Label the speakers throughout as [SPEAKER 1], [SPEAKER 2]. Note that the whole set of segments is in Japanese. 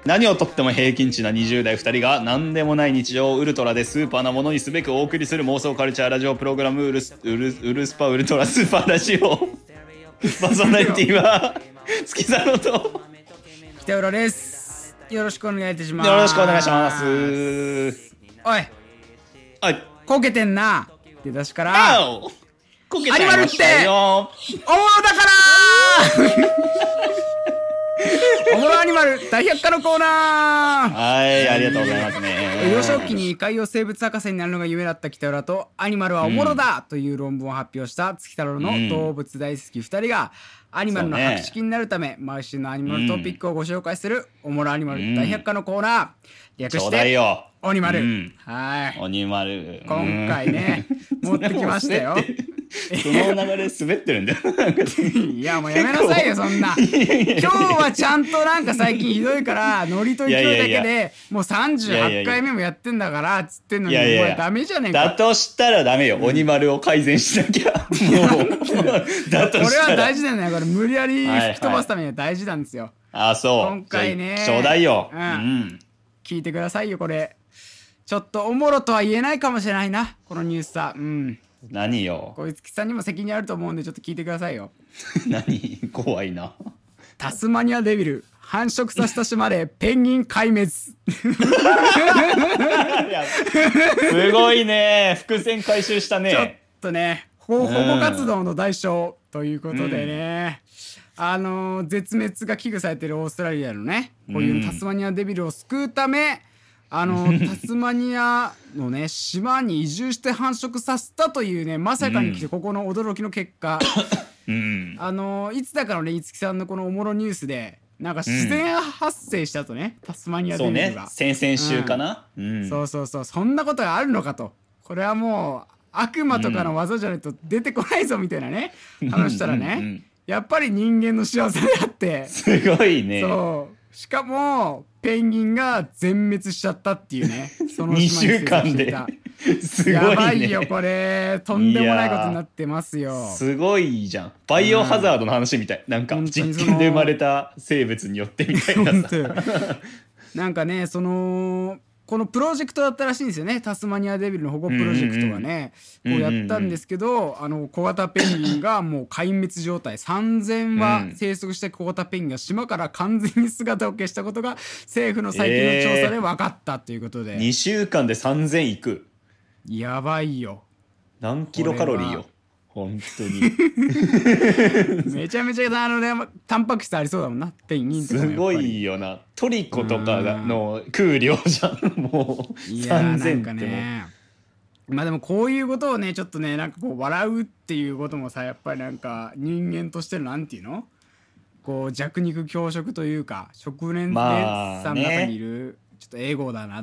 [SPEAKER 1] 何をとっても平均値な20代2人が何でもない日常をウルトラでスーパーなものにすべくお送りする妄想カルチャーラジオプログラムウルスパウルトラスーパーラジオ。パーソナリティは月佐野と
[SPEAKER 2] 北浦です。よろしくお願いいたします。
[SPEAKER 1] よろしくお願いします。
[SPEAKER 2] おい、
[SPEAKER 1] はい、
[SPEAKER 2] こけてんな。出だしから
[SPEAKER 1] こけちゃいましたよ。
[SPEAKER 2] おもろだからおもろアニマル大百科のコーナー。
[SPEAKER 1] はい、ありがとうございますね。
[SPEAKER 2] 幼少期に海洋生物博士になるのが夢だった北浦と、アニマルはおもろだという論文を発表した月太郎の動物大好き2人がアニマルの博識になるため、毎週のアニマルトピックをご紹介するおもろアニマル大百科のコーナー、略してオニマル。はい、
[SPEAKER 1] オニマル。
[SPEAKER 2] 今回ね持ってきましたよ。
[SPEAKER 1] その流れ滑ってるんだよ。
[SPEAKER 2] いやもうやめなさいよそんな。今日はちゃんとなんか最近ひどいからノリと勢いだけでもう38回目もやってんだからっつってんのに、もうダメじゃねえか。
[SPEAKER 1] だとしたらダメよ。オニマルを改善しなきゃ。もうだとしたらこれ
[SPEAKER 2] は大事だよね。これ無理やり吹き飛ばすためには大事なんですよ。
[SPEAKER 1] あ、そう。
[SPEAKER 2] 今回ね、
[SPEAKER 1] ちょうだいよ。
[SPEAKER 2] 聞いてくださいよ。これちょっとおもろとは言えないかもしれないな、このニュースさ。
[SPEAKER 1] 何よ。
[SPEAKER 2] こいつきさんにも責任あると思うんでちょっと聞いてくださいよ。
[SPEAKER 1] 何、怖いな。
[SPEAKER 2] タスマニアデビル繁殖させた島でペンギン壊滅。す
[SPEAKER 1] ごいね、伏線回収したね。
[SPEAKER 2] ちょっとね、保護活動の代償ということでね、絶滅が危惧されているオーストラリアのね、こういうタスマニアデビルを救うため、タスマニアのね島に移住して繁殖させたというね、まさかに来てここの驚きの結果、いつだかのね、五木さんのこのおもろニュースでなんか自然発生したとね、タスマニアデビルが。
[SPEAKER 1] 先々週かな。
[SPEAKER 2] そうそんなことがあるのかと。これはもう悪魔とかの技じゃないと出てこないぞみたいなね、話したらね、やっぱり人間の仕業であって、
[SPEAKER 1] すごいね。
[SPEAKER 2] そう、しかもペンギンが全滅しちゃったっていうね、その
[SPEAKER 1] 2週間ですごいね。
[SPEAKER 2] やばいよこれ、とんでもないことになってますよ。
[SPEAKER 1] すごいじゃん。バイオハザードの話みたい。なんか実験で生まれた生物によってみたいなさ。
[SPEAKER 2] なんかね、このプロジェクトだったらしいんですよね。タスマニアデビルの保護プロジェクトがね、こうやったんですけど、小型ペンギンがもう壊滅状態、3000羽生息した小型ペンギンが島から完全に姿を消したことが政府の最近の調査で分かったということで、
[SPEAKER 1] 2週間で3000いく。
[SPEAKER 2] やばいよ。
[SPEAKER 1] 何キロカロリーよ本当に。
[SPEAKER 2] めちゃめちゃタンパク質ありそうだもんな、ペンギンって。
[SPEAKER 1] すごいよな。トリコとかの空量じゃん。もう3000っても
[SPEAKER 2] まあでもこういうことをね、ちょっとね、なんかこう笑うっていうこともさ、やっぱりなんか人間としてのなんていうの、こう弱肉強食というか食連鎖の中にいるちょっとエゴだなって、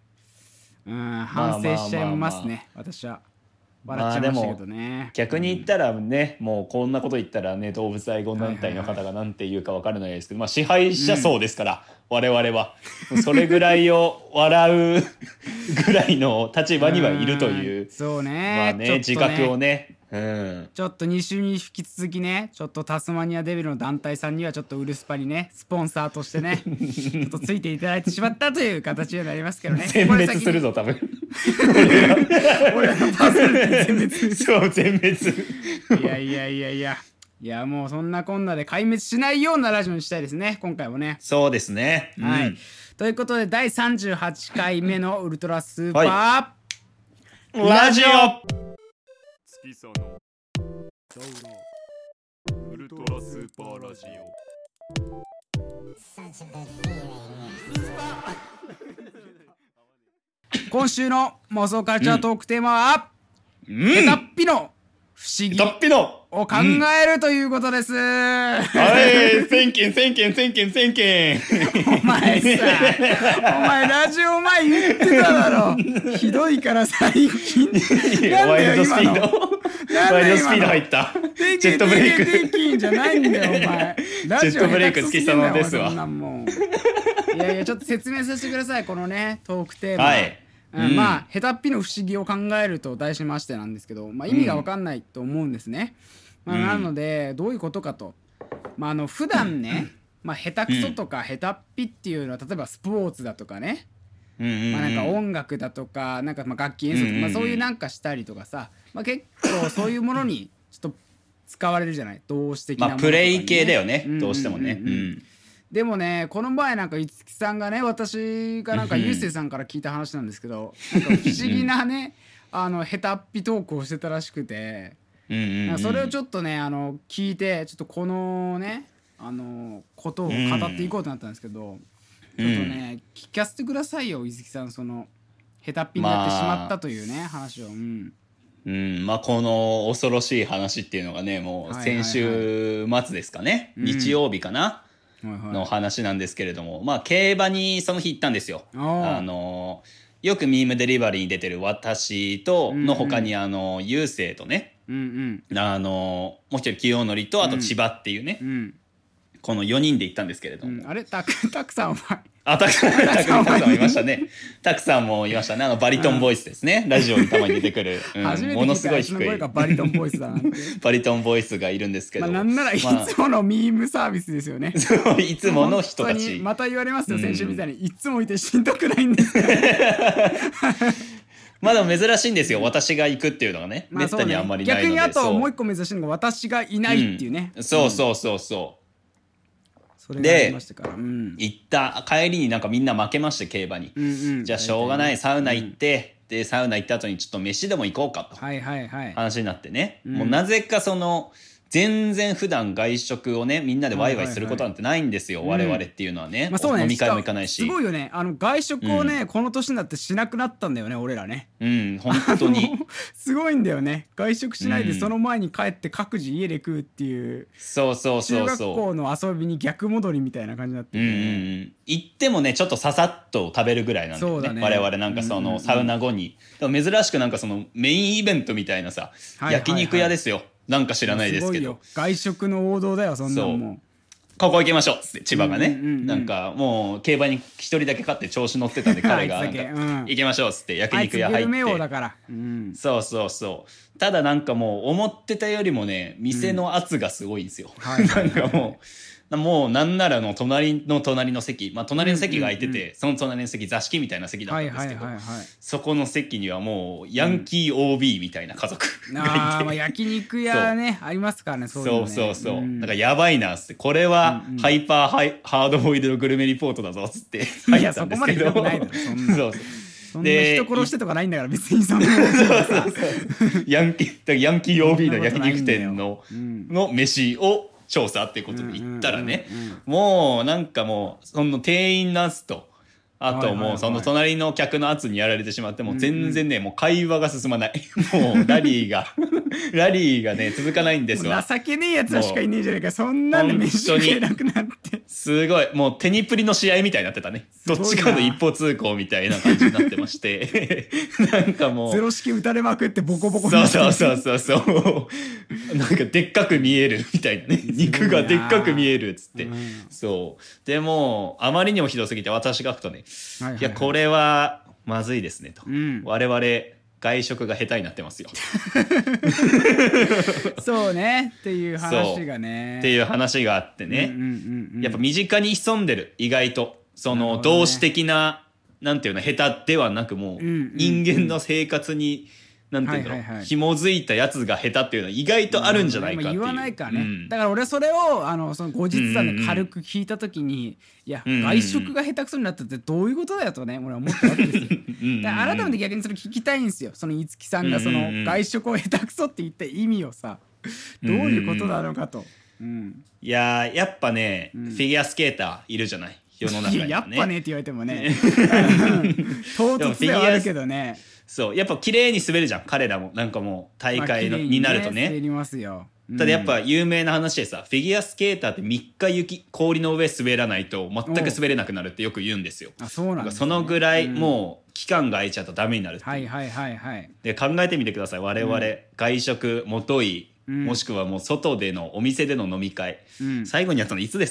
[SPEAKER 2] 反省しちゃいますね、私は。笑っちゃいましたけどね。
[SPEAKER 1] 逆に言ったらね、もうこんなこと言ったらね、動物愛護団体の方が何て言うか分からないですけど、支配者層ですから、我々はそれぐらいを笑うぐらいの立場にはいるという、
[SPEAKER 2] そうね、
[SPEAKER 1] 自覚をね、
[SPEAKER 2] ちょっと2週に引き続きね、ちょっとタスマニアデビルの団体さんにはちょっとウルスパにねスポンサーとしてねちょっとついていただいてしまったという形になりますけどね。
[SPEAKER 1] 全滅するぞ多分。
[SPEAKER 2] 俺のパーソナリティ全滅。
[SPEAKER 1] そう全滅。
[SPEAKER 2] いやもうそんなこんなで壊滅しないようなラジオにしたいですね、今回もね。
[SPEAKER 1] そうですね、
[SPEAKER 2] はい、ということで第38回目のウルトラスーパー、
[SPEAKER 1] ラジオ
[SPEAKER 3] 月佐のウルトラスーパーラジオ。
[SPEAKER 2] 今週の妄想カルチャートークテーマは、ヘタッピの不思議を考えるということです。
[SPEAKER 1] はい、千件。
[SPEAKER 2] お前ラジオ前言ってただろ。ひどいから最近。
[SPEAKER 1] ワイルドスピード入った。ジェットブレイク。
[SPEAKER 2] 電気じゃないんだよお前。
[SPEAKER 1] ジェットブレイク月佐野ですわ。
[SPEAKER 2] いやちょっと説明させてください、このねトークテーマ。
[SPEAKER 1] はい。
[SPEAKER 2] まあヘタッピの不思議を考えると題しましてなんですけど、意味が分かんないと思うんですね。なのでどういうことかと、普段ねまあ下手くそとか下手っぴっていうのは例えばスポーツだとかね、
[SPEAKER 1] うんうんうん、
[SPEAKER 2] まあなんか音楽だとかなんかまあ楽器演奏とか、まあそういうなんかしたりとかさ、まあ結構そういうものにちょっと使われるじゃない、動詞的なものとかにね、
[SPEAKER 1] まあプレイ系だよね、どうしてもね。
[SPEAKER 2] でもねこの前なんか五木さんがね、私がなんかゆうせいさんから聞いた話なんですけど、なんか不思議なね下手っぴトークをしてたらしくて、なんかそれをちょっとね聞いて、ちょっとこのねことを語っていこうとなったんですけど、ちょっとね聞かせてくださいよ、五木さん、その下手っぴになってしまったというね、話を。
[SPEAKER 1] まあこの恐ろしい話っていうのがね、もう先週末ですかね、日曜日かな、の話なんですけれども、まあ競馬にその日行ったんですよ。よくミームデリバリーに出てる私との他にゆうせいとね、もう一人清則とあと千葉っていうね、この4人で行ったんですけれども、
[SPEAKER 2] あれたくさんは
[SPEAKER 1] たくさんもいましたね。たくさんもいましたね。バリトンボイスですね。ラジオにたまに出てくる、ものすごい低い
[SPEAKER 2] バリトンボイスだなんて
[SPEAKER 1] バリトンボイスがいるんですけど、
[SPEAKER 2] なんならいつものミームサービスですよね。
[SPEAKER 1] いつもの人たち。
[SPEAKER 2] また言われますよ、先週みたいにいつもいてしんどくないんですか
[SPEAKER 1] まあでも珍しいんですよ、私が行くっていうのがね、めったにあんまりないので。
[SPEAKER 2] 逆にあともう一個珍しいのが私がいないっていうね。
[SPEAKER 1] そう
[SPEAKER 2] それがありましたから、
[SPEAKER 1] 行った帰りになんかみんな負けまして、競馬に、じゃあしょうがない、サウナ行って、でサウナ行った後にちょっと飯でも行こうかと話になってね、もうなぜかその全然普段外食をねみんなでワイワイすることなんてないんですよ、我々っていうのはね、飲み会も行かないし。
[SPEAKER 2] すごいよね、外食をね、この年になってしなくなったんだよね、俺らね。
[SPEAKER 1] 本当に
[SPEAKER 2] すごいんだよね、外食しないでその前に帰って各自家で食うっていう、
[SPEAKER 1] 中学
[SPEAKER 2] 校の遊びに逆戻りみたいな感じになって
[SPEAKER 1] 行ってもねちょっとささっと食べるぐらいなんだよね、我々なんかそのサウナ後に。でも珍しくなんかそのメインイベントみたいなさ、焼肉屋ですよ、なんか知らないですけど、
[SPEAKER 2] 外食の王道だよ、そんなもん。
[SPEAKER 1] ここ行きましょうっつって千葉がね、なんかもう競馬に一人だけ勝って調子乗ってたんで彼がなんか行きましょうっつって焼肉屋入って、
[SPEAKER 2] だから、
[SPEAKER 1] ただなんかもう思ってたよりもね店の圧がすごいんですよ。なんかもうなんならの隣の席、まあ隣の席が空いてて、その隣の席座敷みたいな席だったんですけど、そこの席にはもうヤンキー OB みたいな家族がいて、
[SPEAKER 2] 焼肉屋ねありますからね。
[SPEAKER 1] そうなんかやばいなっつって、これはハイパーハードボイルドグルメリポートだぞっつって入ったんですけど、
[SPEAKER 2] そんな人殺してとかないんだから別にそんな
[SPEAKER 1] ヤンキー OB の焼肉店の飯を調査っていうことで行ったらね、もうなんかもうその店員の圧とあともうその隣の客の圧にやられてしまって、もう全然ねもう会話が進まないもうラリーがね続かないんですわ。
[SPEAKER 2] 情けねえやつらしかいねえじゃねえか、そんなんで飯食えなくなって。
[SPEAKER 1] すごいもうテニプリの試合みたいになってたね、どっちかの一方通行みたいな感じになってましてなんかもう
[SPEAKER 2] ゼロ式打たれまくってボコボコ
[SPEAKER 1] になって、そうなんかでっかく見えるみたいなね、肉がでっかく見えるっつって、そうでもあまりにもひどすぎて私が行くとね、いやこれはまずいですねと、我々外食が下手になってますよ
[SPEAKER 2] そうねっていう話がね
[SPEAKER 1] っていう話があってね、やっぱ身近に潜んでる、意外とその動詞的ななんていうの下手ではなく、もう人間の生活になんていうの紐づいたやつが下手っていうのは意外とあるんじゃないかっていう、
[SPEAKER 2] 言わないからね、だから俺それをその後日談で軽く聞いた時に、いや外食が下手くそになったってどういうことだよとね俺は思ったわけですよ。だから改めて逆にそれ聞きたいんですよ、その五木さんがその外食を下手くそって言った意味をさ、どういうことなのかと。
[SPEAKER 1] いややっぱね、フィギュアスケーターいるじゃない世の中にはね。
[SPEAKER 2] やっぱねって言われてもね唐突ではあるけどね。
[SPEAKER 1] そうやっぱ綺麗に滑るじゃん彼らも、なんかもう大会になるとね。
[SPEAKER 2] 滑りますよ。
[SPEAKER 1] ただやっぱ有名な話でさ、フィギュアスケーターって3日氷の上滑らないと全く滑れなくなるってよく言うんですよ。
[SPEAKER 2] そうなんですね。
[SPEAKER 1] そのぐらいもう期間が空いちゃうとダメになるっていう。で考えてみてください、我々、外食もといもしくはもう外でのお店での飲み会、最後にやったのいつですか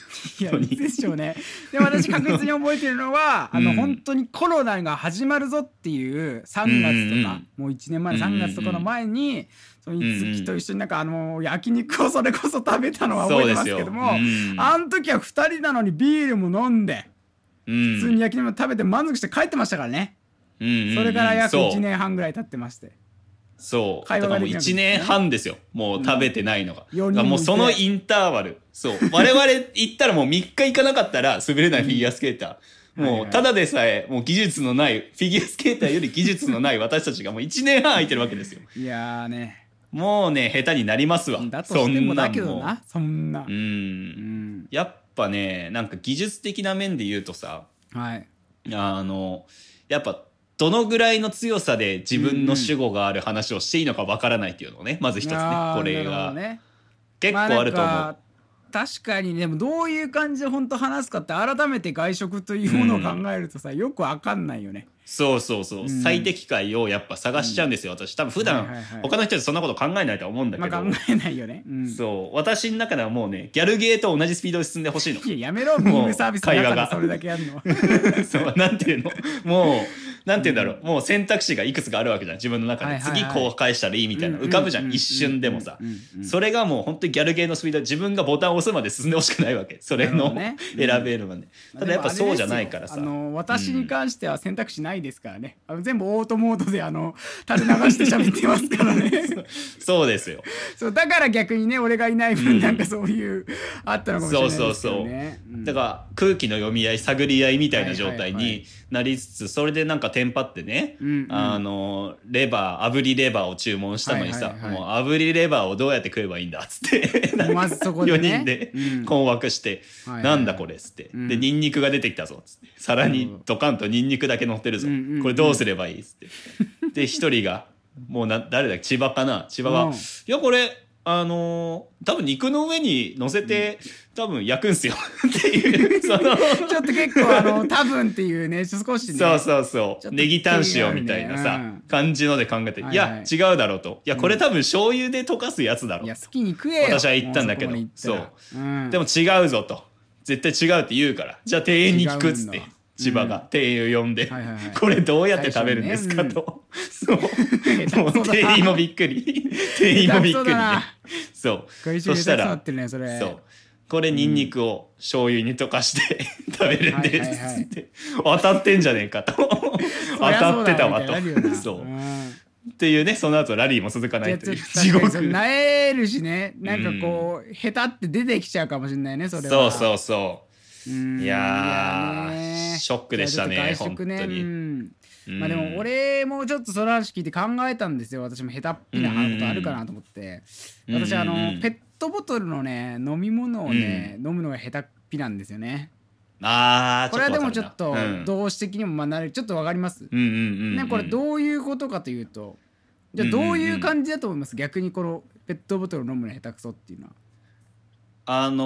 [SPEAKER 2] いや
[SPEAKER 1] 本当に
[SPEAKER 2] でしょうね。でも私確実に覚えてるのは本当にコロナが始まるぞっていう3月とか、もう1年前の3月とかの前に、そのいつきと一緒になんか焼肉をそれこそ食べたのは覚えてますけども、あの時は2人なのにビールも飲んで、普通に焼肉も食べて満足して帰ってましたからね。それから約1年半ぐらい経ってまして。
[SPEAKER 1] そう。
[SPEAKER 2] 会話ができなくなってね
[SPEAKER 1] 1年半ですよ。もう食べてないのが。
[SPEAKER 2] 四人
[SPEAKER 1] だからもうそのインターバル。そう。我々行ったらもう3日行かなかったら滑れないフィギュアスケーター。もうただでさえもう技術のない、フィギュアスケーターより技術のない私たちがもう1年半空いてるわけですよ。
[SPEAKER 2] いやーね。
[SPEAKER 1] もうね、下手になりますわ。
[SPEAKER 2] だとしてもだけど
[SPEAKER 1] そんなんも
[SPEAKER 2] な、そんな。
[SPEAKER 1] やっぱね、なんか技術的な面で言うとさ、
[SPEAKER 2] はい。
[SPEAKER 1] やっぱ、どのぐらいの強さで自分の主語がある話をしていいのかわからないっていうのをね、まず一つね、これが、結構あると思う。
[SPEAKER 2] 確かにでもどういう感じで本当話すかって改めて外食というものを考えるとさ、よくわかんないよね。
[SPEAKER 1] そうそうそう、最適解をやっぱ探しちゃうんですよ、私多分普段、他の人でそんなこと考えないとは思うんだけど、
[SPEAKER 2] 考えないよね、
[SPEAKER 1] そう私の中ではもうねギャルゲーと同じスピードで進んでほしいの。
[SPEAKER 2] いややめろ、ミームサービスの中でそれだけやるの
[SPEAKER 1] そうなんていうの、もうなんていうんだろう、もう選択肢がいくつかあるわけじゃん自分の中で、次こう返したらいいみたいな浮かぶじゃん、一瞬でもさ、それがもう本当にギャルゲーのスピードで自分がボタンを押すまで進んでほしくないわけ、それの、選べるまで、ただやっぱそうじゃないからさ、
[SPEAKER 2] 私に関しては選択肢ないですからね、全部オートモードで垂れ流して喋ってますからね
[SPEAKER 1] そうですよ。
[SPEAKER 2] そうだから逆にね、俺がいない分なんかそういうあったのかもしれないですけどね。
[SPEAKER 1] だから空気の読み合い探り合いみたいな状態になりつつ、それでなんかテンパってね、レバー炙りレバーを注文したのにさ、もう炙りレバーをどうやって食えばいいんだっつって
[SPEAKER 2] まずそこで、ね、
[SPEAKER 1] 4人で困惑して、なんだこれっつって、でニンニクが出てきたぞっつって、皿にドカンとニンニクだけ乗ってるぞ、これどうすればいいっつって、で一人がもう誰だっけ、千葉かな、千葉が、いやこれ多分肉の上に乗せて、多分焼くんすよっていうその
[SPEAKER 2] ちょっと結構多分っていうね、少しね、
[SPEAKER 1] そうネギタン塩みたいなさ、感じので考えて、いや違うだろうと、いやこれ多分醤油で溶かすやつだろう、
[SPEAKER 2] いや好きに食えよ、
[SPEAKER 1] 私は言ったんだけど、そう、でも違うぞと、絶対違うって言うから、じゃあ店員に聞くっつって千葉が店員を呼んで、これどうやって食べるんですかと、そうもう店員もびっくり店員もびっくりで、そうそしたら、そうこれニンニクを醤油に溶かして食べるんですっつって、当たってんじゃねえかと当たってたわと、そうっていうね、その後ラリーも続かないという地獄、
[SPEAKER 2] なえるしね、なんかこう下手って出てきちゃうかもしれないね、それは。
[SPEAKER 1] いやーショックでしたね、本当に。
[SPEAKER 2] まあでも俺もちょっとその話聞いて考えたんですよ。私も下手っぴなことあるかなと思って、私ペットボトルのね飲み物をね、飲むのが下手っぴなんですよね。これはでもちょっと動詞的にもなる、ちょっとわかりますね。これどういうことかというと、じゃあどういう感じだと思います、逆にこのペットボトルを飲むの下手くそっていうのは。
[SPEAKER 1] まあ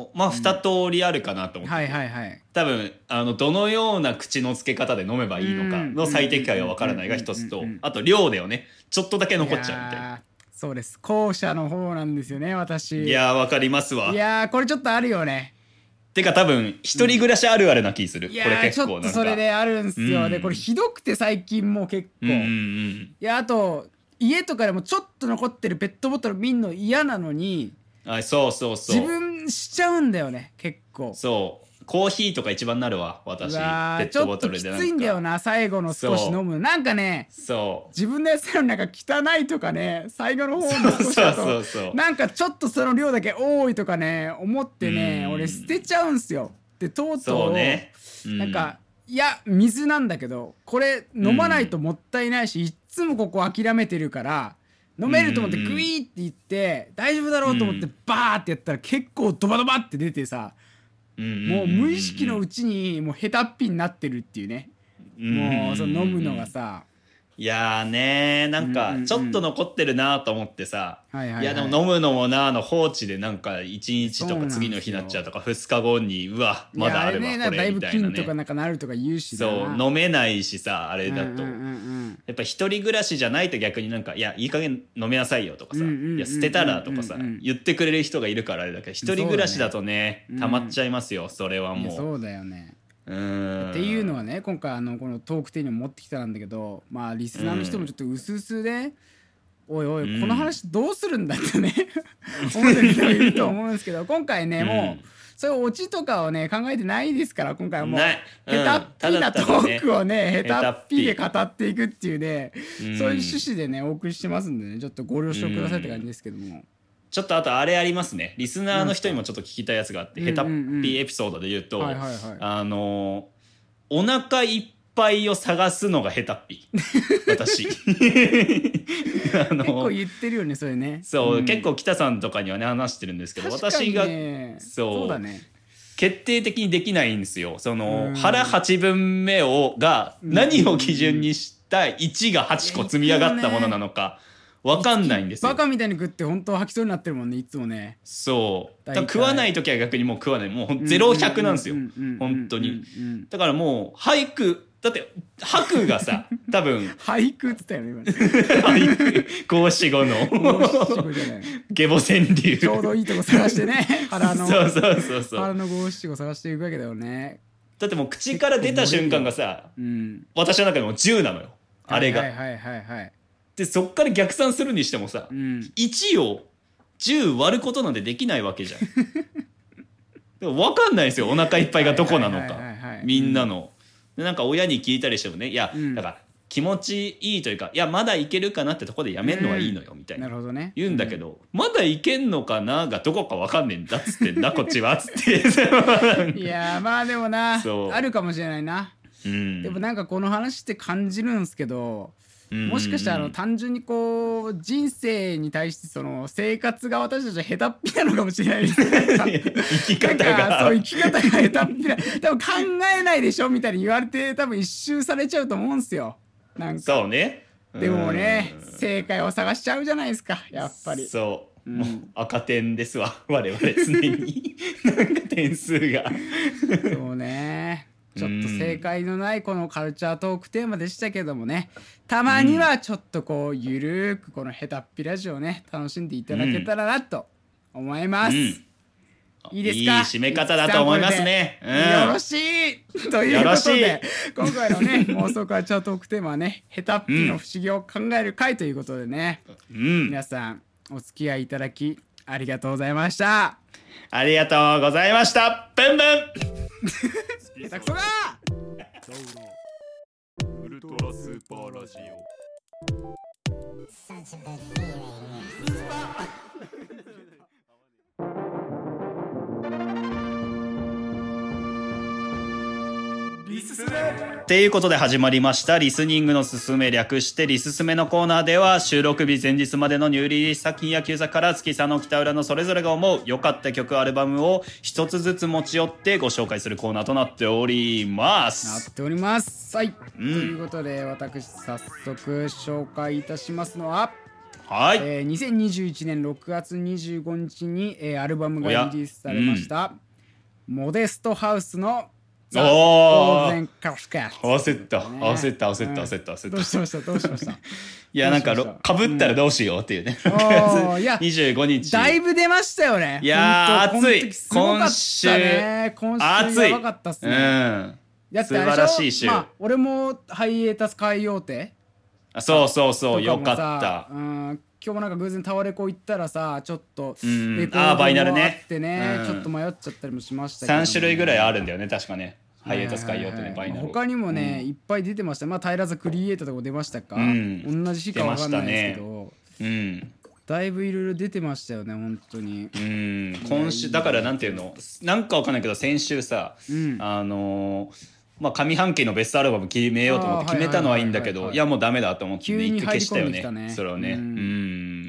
[SPEAKER 1] 2通りあるかなと思って、多分どのような口の付け方で飲めばいいのかの最適解がわからないが一つと、あと量だよね、ちょっとだけ残っちゃうみたいな。
[SPEAKER 2] そうです、後者の方なんですよね、私。
[SPEAKER 1] いやーわかりますわ。
[SPEAKER 2] いやーこれちょっとあるよね。
[SPEAKER 1] てか多分一人暮らしあるあるな気する、これ結構なんか
[SPEAKER 2] ちょっとそれであるんすよ、でこれひどくて最近もう結構、いやあと家とかでもちょっと残ってるペットボトル見んの嫌なのに、
[SPEAKER 1] そう
[SPEAKER 2] 自分しちゃうんだよね結構。
[SPEAKER 1] そうコーヒーとか一番なるわ私、ペットボトルで。
[SPEAKER 2] ちょっときついんだよな、最後の少し飲むなんかね、自分のやつのなんか汚いとかね、最後の方の少しだとなんかちょっとその量だけ多いとかね思ってね、俺捨てちゃうんすよ。でとうとうなんか、いや水なんだけどこれ飲まないともったいないし、いっつもここ諦めてるから飲めると思ってグイーって言って大丈夫だろうと思ってバーってやったら結構ドバドバって出てさ、もう無意識のうちにもう下手っぴになってるっていうね、もうその飲むのがさ、
[SPEAKER 1] いやーねなんかちょっと残ってるなと思ってさ、
[SPEAKER 2] はいはいはい
[SPEAKER 1] いやでも飲むのもな放置でなんか1日とか次の日になっちゃうとか2日後にうわまだあるわ
[SPEAKER 2] いやあれね、
[SPEAKER 1] こ
[SPEAKER 2] だいぶ
[SPEAKER 1] れみたいな
[SPEAKER 2] 菌とか
[SPEAKER 1] ね。
[SPEAKER 2] なんかなるとか言うしだ
[SPEAKER 1] そう
[SPEAKER 2] な。
[SPEAKER 1] 飲めないしさあれだと、
[SPEAKER 2] うんうんうん
[SPEAKER 1] やっぱ一人暮らしじゃないと逆になんかいやいい加減飲めなさいよとかさ、
[SPEAKER 2] うんうんうんうん
[SPEAKER 1] いや捨てたらとかさ言ってくれる人がいるからあれだけど一人暮らしだとね
[SPEAKER 2] そうだね
[SPEAKER 1] 溜まっちゃいますよそれはもう。
[SPEAKER 2] うんいやそうだよね。
[SPEAKER 1] うん
[SPEAKER 2] っていうのはね今回このトークテーマに持ってきたんだけど、まあリスナーの人もちょっとうすうすで、おいおいこの話どうするんだってね思ってる人もいると思うんですけど、今回ねもうそういうオチとかをね考えてないですから、今回はもう
[SPEAKER 1] ない
[SPEAKER 2] 下手っぴなトークをね
[SPEAKER 1] ただただね
[SPEAKER 2] 下手っぴで語っていくっていうね、
[SPEAKER 1] うん
[SPEAKER 2] そういう趣旨でねお送りしてますんでね、ちょっとご了承くださいって感じですけども。
[SPEAKER 1] ちょっとあとあれありますねリスナーの人にもちょっと聞きたいやつがあって、
[SPEAKER 2] うん
[SPEAKER 1] ヘタッピエピソードで言うと、
[SPEAKER 2] はいはいはい
[SPEAKER 1] お腹いっぱいを探すのがヘタッピ私
[SPEAKER 2] 結構言ってるよねそれね。
[SPEAKER 1] そう、
[SPEAKER 2] ん
[SPEAKER 1] 結構北さんとかにはね話してるんですけど、
[SPEAKER 2] 確かに
[SPEAKER 1] 私が
[SPEAKER 2] ね
[SPEAKER 1] そう
[SPEAKER 2] だね。
[SPEAKER 1] 決定的にできないんですよ。その
[SPEAKER 2] うん
[SPEAKER 1] 腹8分目が何を基準にした1が8個積み上がったものなのか分かんないんですよ。
[SPEAKER 2] バカみたいに食って本当は吐きそうになってるもんねいつもね。
[SPEAKER 1] そうだ
[SPEAKER 2] 大体
[SPEAKER 1] から食わない時は逆にもう食わないもう0100なんですよ本当に。だからもう俳句だって吐くがさ多分
[SPEAKER 2] 俳句って言ったよね
[SPEAKER 1] 俳句五七五の
[SPEAKER 2] 今五七五じゃない
[SPEAKER 1] 下ボ川柳
[SPEAKER 2] ちょうどいいとこ探してね腹の
[SPEAKER 1] そうそうそうそう
[SPEAKER 2] 腹の五七五探していくわけだよね。
[SPEAKER 1] だってもう口から出た瞬間がさ
[SPEAKER 2] うん
[SPEAKER 1] 私の中でも10なのよあれが、
[SPEAKER 2] はいはいはいはい。
[SPEAKER 1] でそっから逆算するにしてもさ、
[SPEAKER 2] うん
[SPEAKER 1] 1を10割ることなんてできないわけじゃんでも分かんないですよお腹いっぱいがどこなの
[SPEAKER 2] はいはいはいはい
[SPEAKER 1] かみんなの、でなんか親に聞いたりしてもねいや、
[SPEAKER 2] うん
[SPEAKER 1] だから気持ちいいというかいやまだいけるかなってとこでやめるのはいいのよみたいな
[SPEAKER 2] なるほどね。
[SPEAKER 1] 言うんだけど、まだいけんのかながどこか分かんねえんだっつってんだこっちはっつって
[SPEAKER 2] いやーまあでもな
[SPEAKER 1] そう
[SPEAKER 2] あるかもしれないな。
[SPEAKER 1] うん
[SPEAKER 2] でもなんかこの話って感じるんですけど、
[SPEAKER 1] うん
[SPEAKER 2] もしかしたら単純にこう人生に対してその生活が私たちは下手っぴなのかもしれないですね。
[SPEAKER 1] 生き方
[SPEAKER 2] なんかそう
[SPEAKER 1] が
[SPEAKER 2] 生き方が下手っぴな多分考えないでしょみたいに言われて多分一周されちゃうと思うんですよ。なんか
[SPEAKER 1] そうね
[SPEAKER 2] でもね
[SPEAKER 1] うん
[SPEAKER 2] 正解を探しちゃうじゃないですかやっぱり。
[SPEAKER 1] そう、
[SPEAKER 2] うん
[SPEAKER 1] もう赤点ですわ我々常になんか点数が
[SPEAKER 2] そうねちょっと正解のないこのカルチャートークテーマでしたけどもね、たまにはちょっとこうゆるーくこのヘタっぴラジオをね楽しんでいただけたらなと思います、
[SPEAKER 1] うん
[SPEAKER 2] いいですか。
[SPEAKER 1] いい締め方だと思いますね
[SPEAKER 2] 一旦これでよろしいという
[SPEAKER 1] よろしい
[SPEAKER 2] ことで今回のね妄想カルチャートークテーマはねヘタっぴの不思議を考える会ということでね、
[SPEAKER 1] うん
[SPEAKER 2] 皆さんお付き合いいただきありがとうございました。
[SPEAKER 1] ありがとうございましたブンブン
[SPEAKER 2] 下手くそだ
[SPEAKER 3] サウロウルトラスーパーラジオ
[SPEAKER 1] っていうことで始まりましたリスニングのすすめ略してリススメのコーナーでは収録日前日までのニューリリース作品や旧作から月佐の北浦のそれぞれが思う良かった曲アルバムを一つずつ持ち寄ってご紹介するコーナーとなっておりま
[SPEAKER 2] な
[SPEAKER 1] す。
[SPEAKER 2] っておりますはい、ということで私早速紹介いたしますのは、
[SPEAKER 1] はい、
[SPEAKER 2] 2021年6月25日に、アルバムがリリースされました、モデストハウスのザ・ゴールデンカスカッツ
[SPEAKER 1] 焦った
[SPEAKER 2] ね
[SPEAKER 1] 焦った焦った焦った焦った
[SPEAKER 2] どうしましたどうしました
[SPEAKER 1] いやなんか
[SPEAKER 2] どうしました
[SPEAKER 1] かぶったらどうしようっていうね、
[SPEAKER 2] おーいや
[SPEAKER 1] 25日
[SPEAKER 2] だいぶ出ましたよね。
[SPEAKER 1] いやー
[SPEAKER 2] ほんと
[SPEAKER 1] 暑い
[SPEAKER 2] この時すごかったね。今週やばかったっす
[SPEAKER 1] う
[SPEAKER 2] ね。
[SPEAKER 1] ん
[SPEAKER 2] だってあれでょ
[SPEAKER 1] 素晴らしい週
[SPEAKER 2] まあ俺もハイエータス海洋亭
[SPEAKER 1] あそうそうそうよか
[SPEAKER 2] ともさ
[SPEAKER 1] った
[SPEAKER 2] うん今日もなんか偶然タワレコ行ったらさちょっと
[SPEAKER 1] うん
[SPEAKER 2] レコードも
[SPEAKER 1] あーバイナルね
[SPEAKER 2] あってね、
[SPEAKER 1] うん
[SPEAKER 2] ちょっと迷っちゃったりもしましたけども
[SPEAKER 1] 3種類ぐらいあるんだよね確かねハイエータス海洋ってねバイナル
[SPEAKER 2] 他にもね、いっぱい出てました。まあ平座クリエイターとか出ましたか、
[SPEAKER 1] うん
[SPEAKER 2] 同じ日かわかんないですけど、
[SPEAKER 1] うん
[SPEAKER 2] だいぶいろいろ出てましたよね本当に。
[SPEAKER 1] うん今週だからなんていうのなんかわかんないけど先週さ、
[SPEAKER 2] うん
[SPEAKER 1] まあ上半期のベストアルバム決めようと思って決めたのはいいんだけ
[SPEAKER 2] はいはいはいはい
[SPEAKER 1] どいやもうダメだと思って
[SPEAKER 2] 急に
[SPEAKER 1] 一回消したよ
[SPEAKER 2] 入り込んできたね
[SPEAKER 1] ねそれをね
[SPEAKER 2] う
[SPEAKER 1] うんん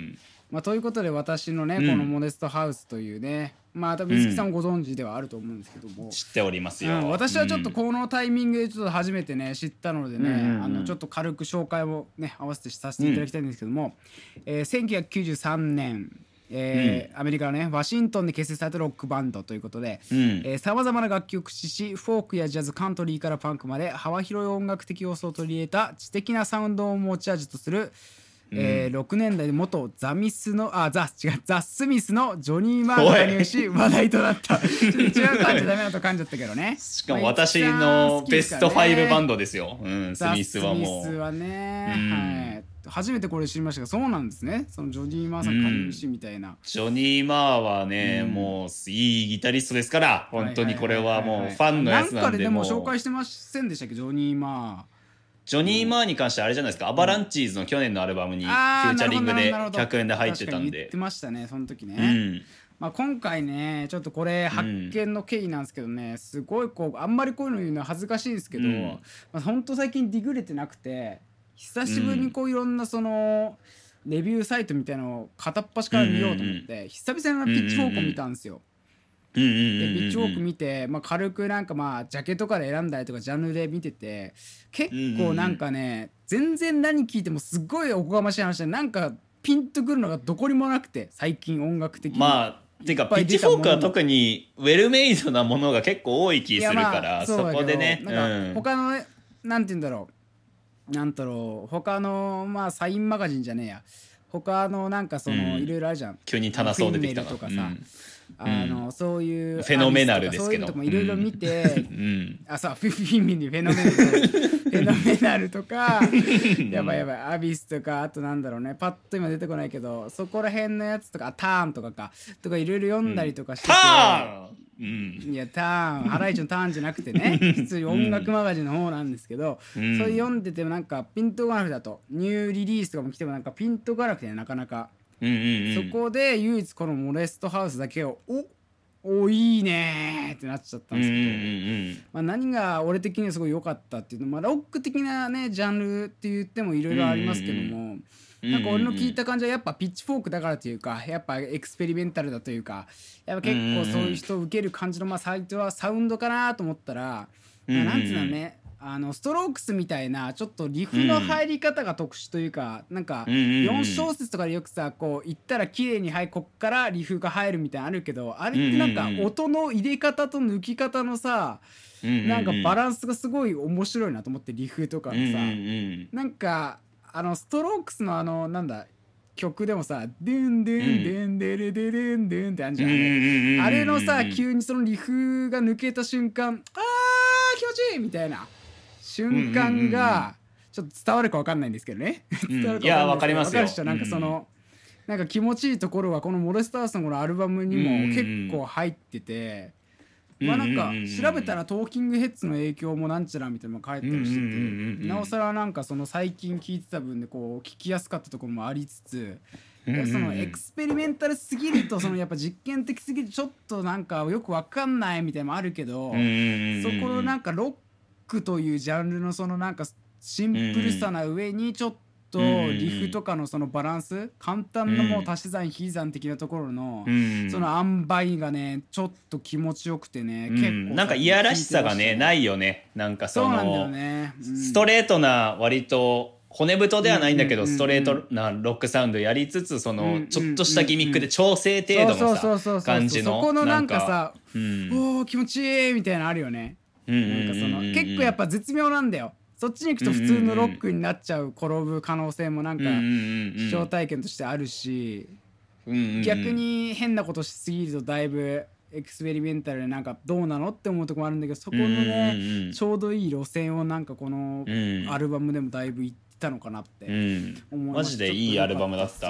[SPEAKER 2] ということで私のね、
[SPEAKER 1] うん
[SPEAKER 2] このモデストハウスというね、多分水木さんもご存知ではあると思うんですけども、
[SPEAKER 1] 知っておりますよ、
[SPEAKER 2] 私はちょっとこのタイミングでちょっと初めてね知ったのでね、ちょっと軽く紹介をね合わせてさせていただきたいんですけども、1993年、アメリカのねワシントンで結成されたロックバンドということでさまざまな楽器を駆使し、フォークやジャズ、カントリーからパンクまで幅広い音楽的要素を取り入れた知的なサウンドを持ち味とする、6年代で元ザ・スミスのジョニー・マーが加入し話題となった。ちょっと違う感じダメだと噛んじゃったけどね。
[SPEAKER 1] しかも私のベスト5バンドですよ、スミスはもう。
[SPEAKER 2] ザ・スミスはね、初めてこれ知りましたが、そうなんですね。そのジョニー・マーさん加入しみたいな、
[SPEAKER 1] ジョニー・マーはね、もういいギタリストですから、本当にこれはもうファンのやつなんで。
[SPEAKER 2] なんかでも紹介してませんでしたっけ、ジョニー・マー。
[SPEAKER 1] ジョニー・マーに関してはあれじゃないですか、アバランチーズの去年のアルバムにフューチャリングで100円で入ってたんで。
[SPEAKER 2] 言ってましたね、その時ね。今回ねちょっとこれ発見の経緯なんですけどね、すごいこうあんまりこういうの言うのは恥ずかしいんですけど、ほんと最近ディグれてなくて、久しぶりにこういろんなそのレビューサイトみたいなのを片っ端から見ようと思って久々にピッチフォークを見たんですよ。でピッチフォーク見て、軽くなんかジャケとかで選んだりとかジャンルで見てて、結構なんかね、全然何聞いてもすっごいおこがましい話で、なんかピンとくるのがどこにもなくて、最近音楽的に
[SPEAKER 1] てかピッチフォークは特にウェルメイドなものが結構多い気するから、そこでね、
[SPEAKER 2] なんか他のなんて言うんだろう、他のサインマガジンじゃねえや、他のなんかそのいろいろあるじゃん、
[SPEAKER 1] 急に棚そう出てきた
[SPEAKER 2] とかさ、そういう
[SPEAKER 1] フェノメナルですけど、
[SPEAKER 2] そういうのとかもいろいろ見て、フェノメナルとかやばいアビスとか、あとなんだろうね、パッと今出てこないけど、そこら辺のやつとかターンとかいろいろ読んだりとかしてて、いやターン、ハライチのターンじゃなくてね普通に音楽マガジンの方なんですけど、それ読んでてもなんかピントがなくて、だとニューリリースとかも来てもなんかピントがなくて、なかなかそこで唯一このモレストハウスだけをおいいねーってなっちゃったんですけど、何が俺的にはすごい良かったっていうの、ロック的なねジャンルって言ってもいろいろありますけども、なんか俺の聞いた感じはやっぱピッチフォークだからというか、やっぱエクスペリメンタルだというか、やっぱ結構そういう人を受ける感じのサイトはサウンドかなと思ったら、なんつうのね、ストロークスみたいなちょっとリフの入り方が特殊というか、なんか4小節とかでよくさ、こう言ったら綺麗にこっからリフが入るみたいなのあるけど、あれってなんか音の入れ方と抜き方のさ、なんかバランスがすごい面白いなと思って、リフとかのさ、なんかストロークスのなんだ曲でもさ、ドゥンドゥンドゥンデレデレンドゥンってあるじゃん、あれのさ、急にそのリフが抜けた瞬間、気持ちいいみたいな瞬間がちょっと伝わるか分かんないんですけどね
[SPEAKER 1] いや分かりますよ。
[SPEAKER 2] 分かる人、なんかその、なんか気持ちいいところはこのモレスターズのこのアルバムにも結構入ってて、なんか調べたらトーキングヘッズの影響もなんちゃらみたいなのも書いてたりしてて、なおさらなんかその最近聴いてた分でこう聞きやすかったところもありつつ、そのエクスペリメンタルすぎると、そのやっぱ実験的すぎるとちょっとなんかよく分かんないみたいなのもあるけど、そこのなんかロックというジャンルのそのなんかシンプルさな上にちょっとリフとかのそのバランス、簡単なもう足し算引き算的なところのその塩梅がねちょっと気持ちよくてね、結構
[SPEAKER 1] なんかいやらしさがねないよね。なんかそのストレートな割と骨太ではないんだけどストレートなロックサウンドやりつつ、そのちょっとしたギミックで調整程度のさ感じの、
[SPEAKER 2] そこのなんかさ、おー気持ちいいみたいなのあるよね。なんかその結構やっぱ絶妙なんだよ。そっちに行くと普通のロックになっちゃう、転ぶ可能性もなんか視聴体験としてあるし、逆に変なことしすぎるとだいぶエクスペリメンタルでなんかどうなのって思うとこもあるんだけど、そこのねちょうどいい路線をなんかこのアルバムでもだいぶいったのかなって思いました。
[SPEAKER 1] マジでいいアルバムだった。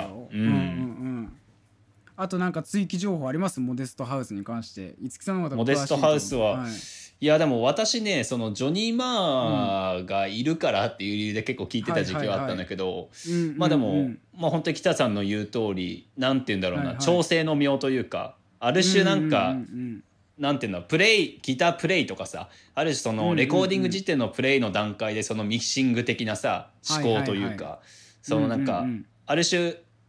[SPEAKER 2] あとなんか追記情報あります？モデストハウスに関して。五木さんの方が
[SPEAKER 1] モデストハウスは、いやでも私ね、そのジョニー・マーがいるからっていう理由で結構聞いてた時期はあったんだけど、でも本当に北さんの言う通り、なんて言うんだろうな、調整の妙というか、ある種なんかなんていうの、ギタープレイとかさ、ある種そのレコーディング時点のプレイの段階でそのミキシング的なさ思考というか、そのなんかある種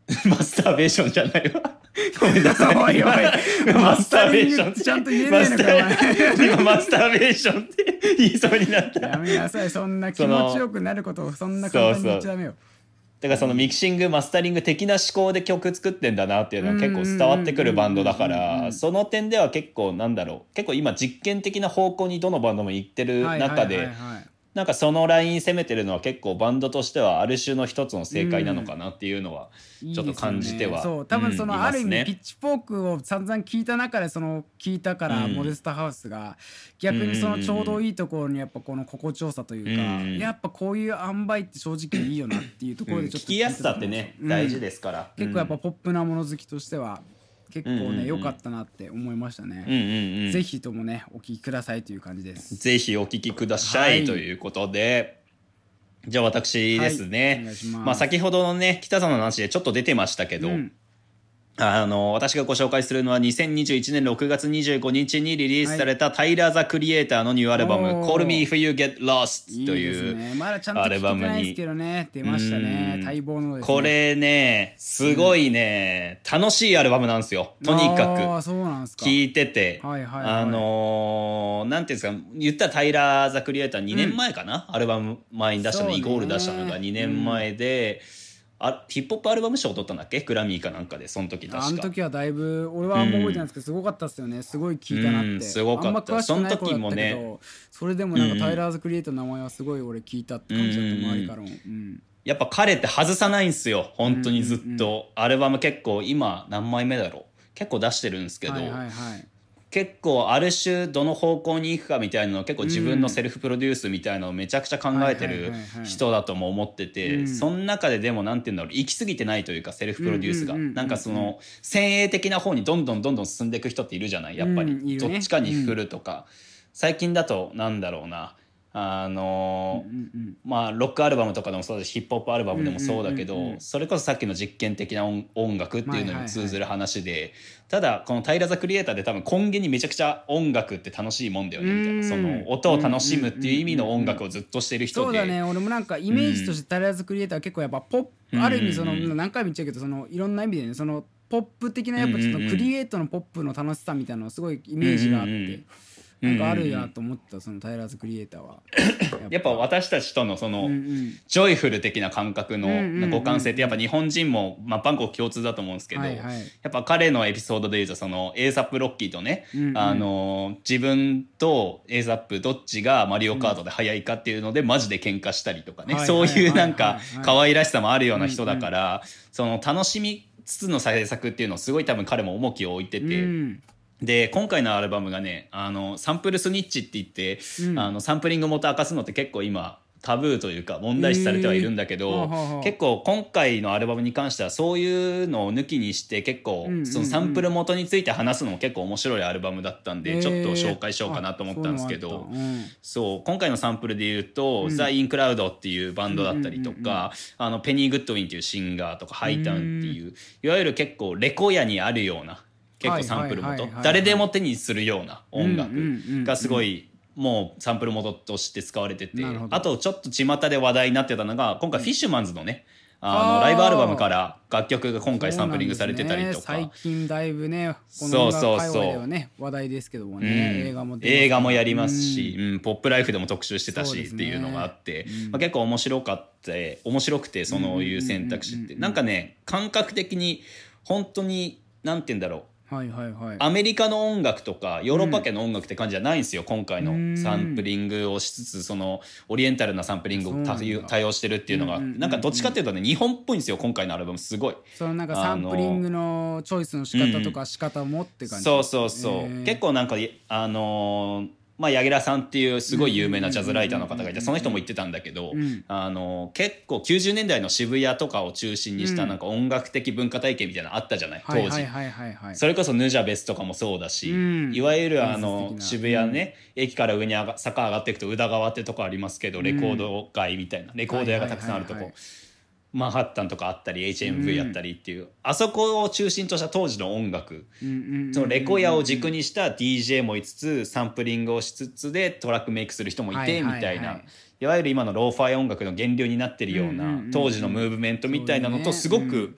[SPEAKER 1] マスターベーションじゃないわ。ごめんなさい。
[SPEAKER 2] おいおい
[SPEAKER 1] マスターベーション
[SPEAKER 2] ちゃんと言えないのかお前
[SPEAKER 1] 今マスターベーションって言いそうになった。
[SPEAKER 2] やめなさい、そんな気持ちよくなることをそんな簡単に言っちゃダメよ。
[SPEAKER 1] だからそのミキシングマスタリング的な思考で曲作ってんだなっていうのは結構伝わってくるバンドだからその点では結構なんだろう結構今実験的な方向にどのバンドも行ってる中でなんかそのライン攻めてるのは結構バンドとしてはある種の一つの正解なのかなっていうのはちょっと感じては、
[SPEAKER 2] そう多分そのある意味ピッ
[SPEAKER 1] ね、
[SPEAKER 2] チフォークを散々聞いた中でその聞いたからモデストハウスが逆にそのちょうどいいところにやっぱこの心地よさというか、やっぱこういう塩梅って正直いいよなっていうところでちょっと
[SPEAKER 1] 聞きやすさってね、大事ですから、
[SPEAKER 2] 結構やっぱポップなもの好きとしては結構ね良かったなって思いましたね。ぜひともねお聞きくださいという感じです。
[SPEAKER 1] ぜひお聞きください、ということでじゃあ私ですね、まあ先ほどのね北さんの話でちょっと出てましたけど、私がご紹介するのは2021年6月25日にリリースされたタイラー・ザ・クリエイターのニューアルバム「Call Me If You Get Lost」というアルバムに
[SPEAKER 2] 出ましたね。待望のですね。
[SPEAKER 1] これねすごいね、楽しいアルバムなんですよ。とにかく聴いててなんていうんですか、言ったらタイラー・ザ・クリエイター2年前かな、アルバム前に出したの、イコール出したのが2年前で、ヒップホップアルバム賞を取ったんだっけ、グラミーかなんかで。その時確か
[SPEAKER 2] あの時はだいぶ俺はあんま覚えてないんですけど、すごかったですよね。すごい聞いたなって、
[SPEAKER 1] すごかった。その時もね、
[SPEAKER 2] それでもなんかタイラーズ・クリエイターの名前はすごい俺聞いたって感じだった、周りからも。
[SPEAKER 1] やっぱ彼って外さないんですよ本当にずっと。アルバム結構今何枚目だろう、結構出してるんですけど、結構ある種どの方向に行くかみたいなのを結構自分のセルフプロデュースみたいなのをめちゃくちゃ考えてる人だとも思ってて、その中ででもなんていうんだろう、行き過ぎてないというかセルフプロデュースがなんかその先鋭的な方にどんどん進んでいく人っているじゃない、やっぱりどっちかに振るとか。最近だとなんだろうな、まあロックアルバムとかでもそうだしヒップホップアルバムでもそうだけど、それこそさっきの実験的な音楽っていうのに通ずる話で、ただこのタイラー・ザ・クリエイターで多分根源にめちゃくちゃ音楽って楽しいもんだよねみたいな、その音を楽しむっていう意味の音楽をずっとしてる人で。
[SPEAKER 2] そうだね、俺もなんかイメージとしてタイラー・ザ・クリエイターは結構やっぱポップ、ある意味その何回も言っちゃうけど、そのいろんな意味でね、そのポップ的なやっぱちょっとクリエイトのポップの楽しさみたいなのすごいイメージがあって、なんかあるやと思ってた、そのタイラーズ・クリエイターは
[SPEAKER 1] やっぱ私たちとのそのジョイフル的な感覚の互換性ってやっぱ日本人も万国共通だと思うんですけど、やっぱ彼のエピソードでいうとその ASAP ロッキーとね、自分と ASAP どっちがマリオカートで速いかっていうのでマジで喧嘩したりとかね、そういうなんか可愛らしさもあるような人だから、その楽しみつつの制作っていうのをすごい多分彼も重きを置いてて、で今回のアルバムがねサンプルスニッチって言って、サンプリング元明かすのって結構今タブーというか問題視されてはいるんだけど、結構今回のアルバムに関してはそういうのを抜きにして結構そのサンプル元について話すのも結構面白いアルバムだったんで、ちょっと紹介しようかなと思ったんですけど、そう今回のサンプルで言うと、ザ・インクラウドっていうバンドだったりとか、ペニー・グッドウィンっていうシンガーとか、ハイタウンっていういわゆる結構レコヤにあるような結構サンプル元、誰でも手にするような音楽がすごいもうサンプル元として使われてて、あとちょっと巷で話題になってたのが今回フィッシュマンズのねライブアルバムから楽曲が今回サンプリングされてたりとか、
[SPEAKER 2] 最近だいぶねこの音楽界隈ではね話題ですけどもね、
[SPEAKER 1] 映画もやりますし、ポップライフでも特集してたしっていうのがあって、結構面白くてそのいう選択肢ってなんかね感覚的に本当になんて言うんだろう、アメリカの音楽とかヨーロッパ系の音楽って感じじゃないんですよ、今回のサンプリングをしつつそのオリエンタルなサンプリングを多用してるっていうのがなんかどっちかっていうとね日本っぽいんですよ今回のアルバム。すごい
[SPEAKER 2] そのなんかサンプリングのチョイスの仕方とか仕方もって感じ、
[SPEAKER 1] そう結構なんか柳楽さんっていうすごい有名なジャズライターの方がいて、その人も言ってたんだけど、結構90年代の渋谷とかを中心にしたなんか音楽的文化体系みたいなのあったじゃない当時。それこそヌジャベスとかもそうだし、いわゆる渋谷ね、駅から上に坂上がっていくと宇田川ってとこありますけど、レコード街みたいなレコード屋がたくさんあるとこ、マンハッタンとかあったり HMV やったりっていう、あそこを中心とした当時の音楽、そのレコヤを軸にした DJ もいつつサンプリングをしつつでトラックメイクする人もいてみたいな、いわゆる今のローファイ音楽の源流になってるような当時のムーブメントみたいなのとすごく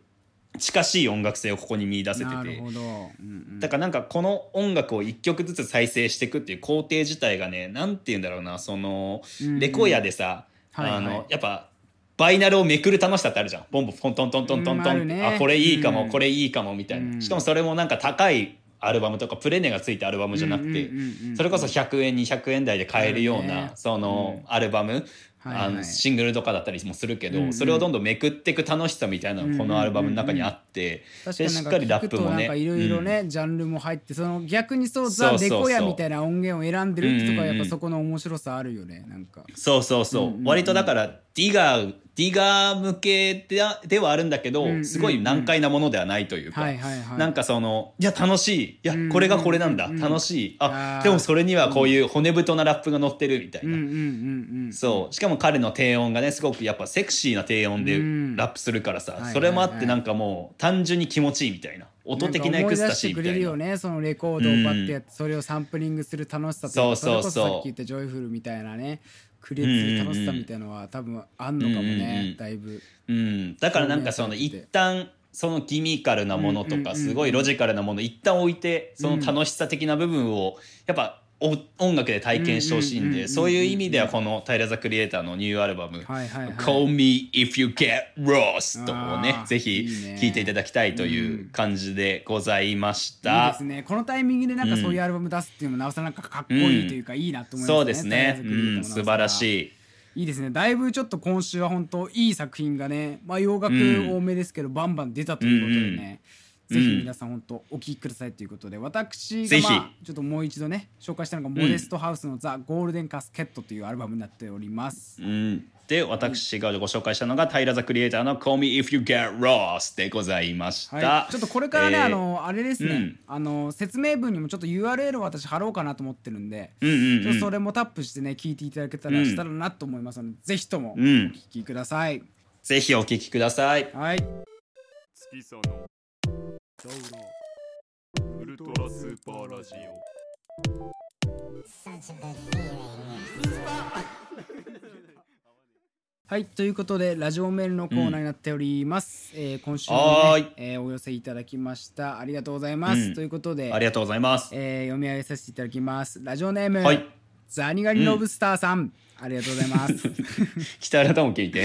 [SPEAKER 1] 近しい音楽性をここに見出せてて、
[SPEAKER 2] なるほど、うん
[SPEAKER 1] だからなんかこの音楽を一曲ずつ再生していくっていう工程自体がね、なんて言うんだろうな、そのレコヤでさ、
[SPEAKER 2] はいはい、
[SPEAKER 1] やっぱバイナルをめくる楽しさってあるじゃん。ボンボントントントントントントンって、
[SPEAKER 2] ね、
[SPEAKER 1] あこれいいかも、これいいかもみたいな、しかもそれもなんか高いアルバムとかプレネがついたアルバムじゃなくて、それこそ100円200円台で買えるようなそのアルバム、シングルとかだったりもするけど、それをどんどんめくっていく楽しさみたいなのがこのアルバムの中にあって、
[SPEAKER 2] でしっかりラップもねいろいろね、ジャンルも入って、その逆にそうザ・レコヤみたいな音源を選んでるってとか、やっぱそこの面白さあるよね。なんか
[SPEAKER 1] そうそうそう、割とだからディガー向けではあるんだけど、すごい難解なものではないというか、なんかそのいや楽しい、いやこれがこれなんだ、楽しい、あでもそれにはこういう骨太なラップが乗ってるみたいな、そうしかも彼の低音がねすごくやっぱセクシーな低音でラップするからさ、それもあってなんかもう単純に気持ちいいみたいな、音的なエクスタシーみたいな、思い出してくれる
[SPEAKER 2] よね、そのレコードをバッてやって、それをサンプリングする楽しさとか、それこそさっき言ったジョイフルみたいなね、クリエイティブ楽しさみたいなのは多分あんのかもね、だいぶ、
[SPEAKER 1] だからなんかその一旦そのギミカルなものとかすごいロジカルなもの一旦置いて、その楽しさ的な部分をやっぱ音楽で体験してほしいんで、そういう意味ではこのタイラー・ザ・クリエイターのニューアルバム「Call Me If You Get Lost」をねぜひ聴いていただきたいという感じでございました。
[SPEAKER 2] いいですね、このタイミングでなんかそういうアルバム出すっていうのもなおさらなんかかっこいいというか、いいなと思いますね。
[SPEAKER 1] そうですね、素晴らしい。
[SPEAKER 2] いいですね。だいぶちょっと今週は本当いい作品がね、まあ洋楽多めですけど、バンバン出たということでね、ぜひ皆さん本当お聴きくださいということで、私がちょっともう一度ね紹介したのがモデストハウスのザ・ゴールデンカスケットというアルバムになっております。
[SPEAKER 1] で私がご紹介したのがタイラー・ザ・クリエイターの Call Me If You Get Lost でございました。
[SPEAKER 2] ちょっとこれからね、あれですね、説明文にもちょっと URL を私貼ろうかなと思ってるんで、それもタップしてね聞いていただけたらしたらなと思いますので、ぜひともお聞きください。
[SPEAKER 1] ぜひお聞きください。
[SPEAKER 2] はい。
[SPEAKER 3] 月佐のダウロウルトラスーパーラジオ。
[SPEAKER 2] はい、ということでラジオメールのコーナーになっております。今週もね、お寄せいただきました。ありがとうございます。ということで
[SPEAKER 1] ありがとうございます。
[SPEAKER 2] 読み上げさせていただきます。ラジオネーム、ザニガリロブスターさん、ありがとうございます。
[SPEAKER 1] 北原とも聞いて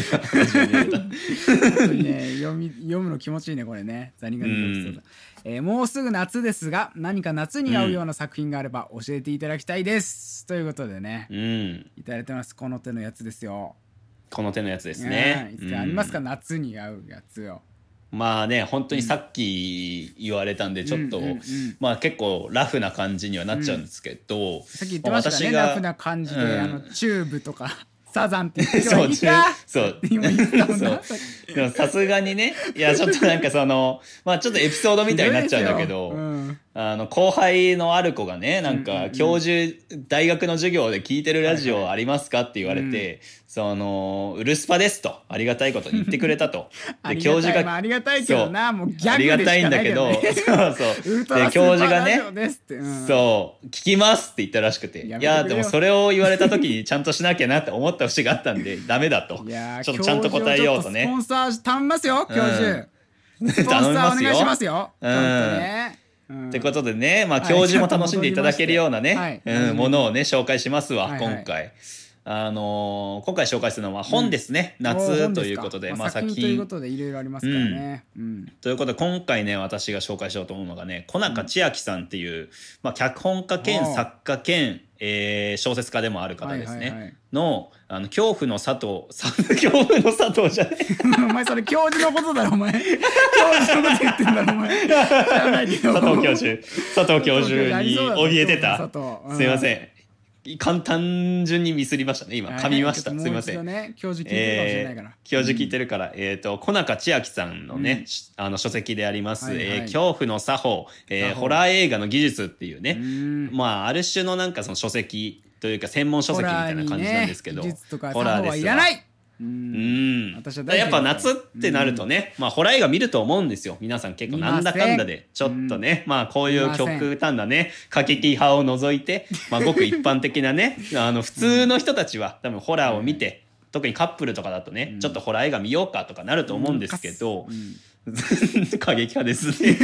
[SPEAKER 2] 読むの気持ちいいねこれね。ザニガリロブスターさん、もうすぐ夏ですが何か夏に合うような作品があれば教えていただきたいです、ということでね、いただいてます。この手のやつですよ。
[SPEAKER 1] この手のやつですね。
[SPEAKER 2] ありますか、夏に合うやつよ。
[SPEAKER 1] まあね、本当にさっき言われたんでちょっと、まあ結構ラフな感じにはなっちゃうんですけど、
[SPEAKER 2] さっき言ってましたね、ラフな感じで、チューブとかサザンって言ってはいいか
[SPEAKER 1] そう今言ったもんな。でもさすがにね、いやちょっとなんかそのまあちょっとエピソードみたいになっちゃうんだけど、後輩のある子がね、なんか教授、大学の授業で聞いてるラジオありますかって言われて、そのウルスパですとありがたいことに言ってくれたと。
[SPEAKER 2] で教授がありがたいけどな、もうギャグでしかないけどね。
[SPEAKER 1] そうで教授がね、そう聞きますって言ったらしくて、いやでもそれを言われた時にちゃんとしなきゃなって思った節があったんでダメだと。ちょっとちゃんと答えようとね。
[SPEAKER 2] スポンサー頼みますよ教授。スポンサーお願いしますよ。本当ね。
[SPEAKER 1] ってことでね、まあ教授も楽しんでいただけるようなね、ものをね紹介しますわ、今回。今回紹介するのは本ですね。夏ということで、
[SPEAKER 2] まあ作品ということでいろいろありますからね。
[SPEAKER 1] ということで今回ね私が紹介しようと思うのがね、小中千秋さんっていう、まあ脚本家兼作家兼小説家でもある方ですね。の恐怖の佐藤恐怖の佐藤じゃね
[SPEAKER 2] え。お前それ教授のことだろお前。教授のこと言ってんだろお前。知らないけど。佐藤
[SPEAKER 1] 教授に怯えてた。すいません。単純にミスりましたね今。噛みました。すいません。
[SPEAKER 2] 教授聞いてるかもしれないから。
[SPEAKER 1] 教授聞いてるから、小中千秋さんのね、書籍であります、恐怖の作法、ホラー映画の技術っていうね、まあある種のなんかその書籍というか専門書籍みたいな感じなんですけど、
[SPEAKER 2] ホラーですわ。
[SPEAKER 1] やっぱ夏ってなるとね、まあホラー映画見ると思うんですよ。皆さん結構なんだかんだでちょっとね、まあこういう極端なね過激派を除いて、まあごく一般的なね普通の人たちは多分ホラーを見て、特にカップルとかだとね、ちょっとホラー映画見ようかとかなると思うんですけど、 過激派ですね。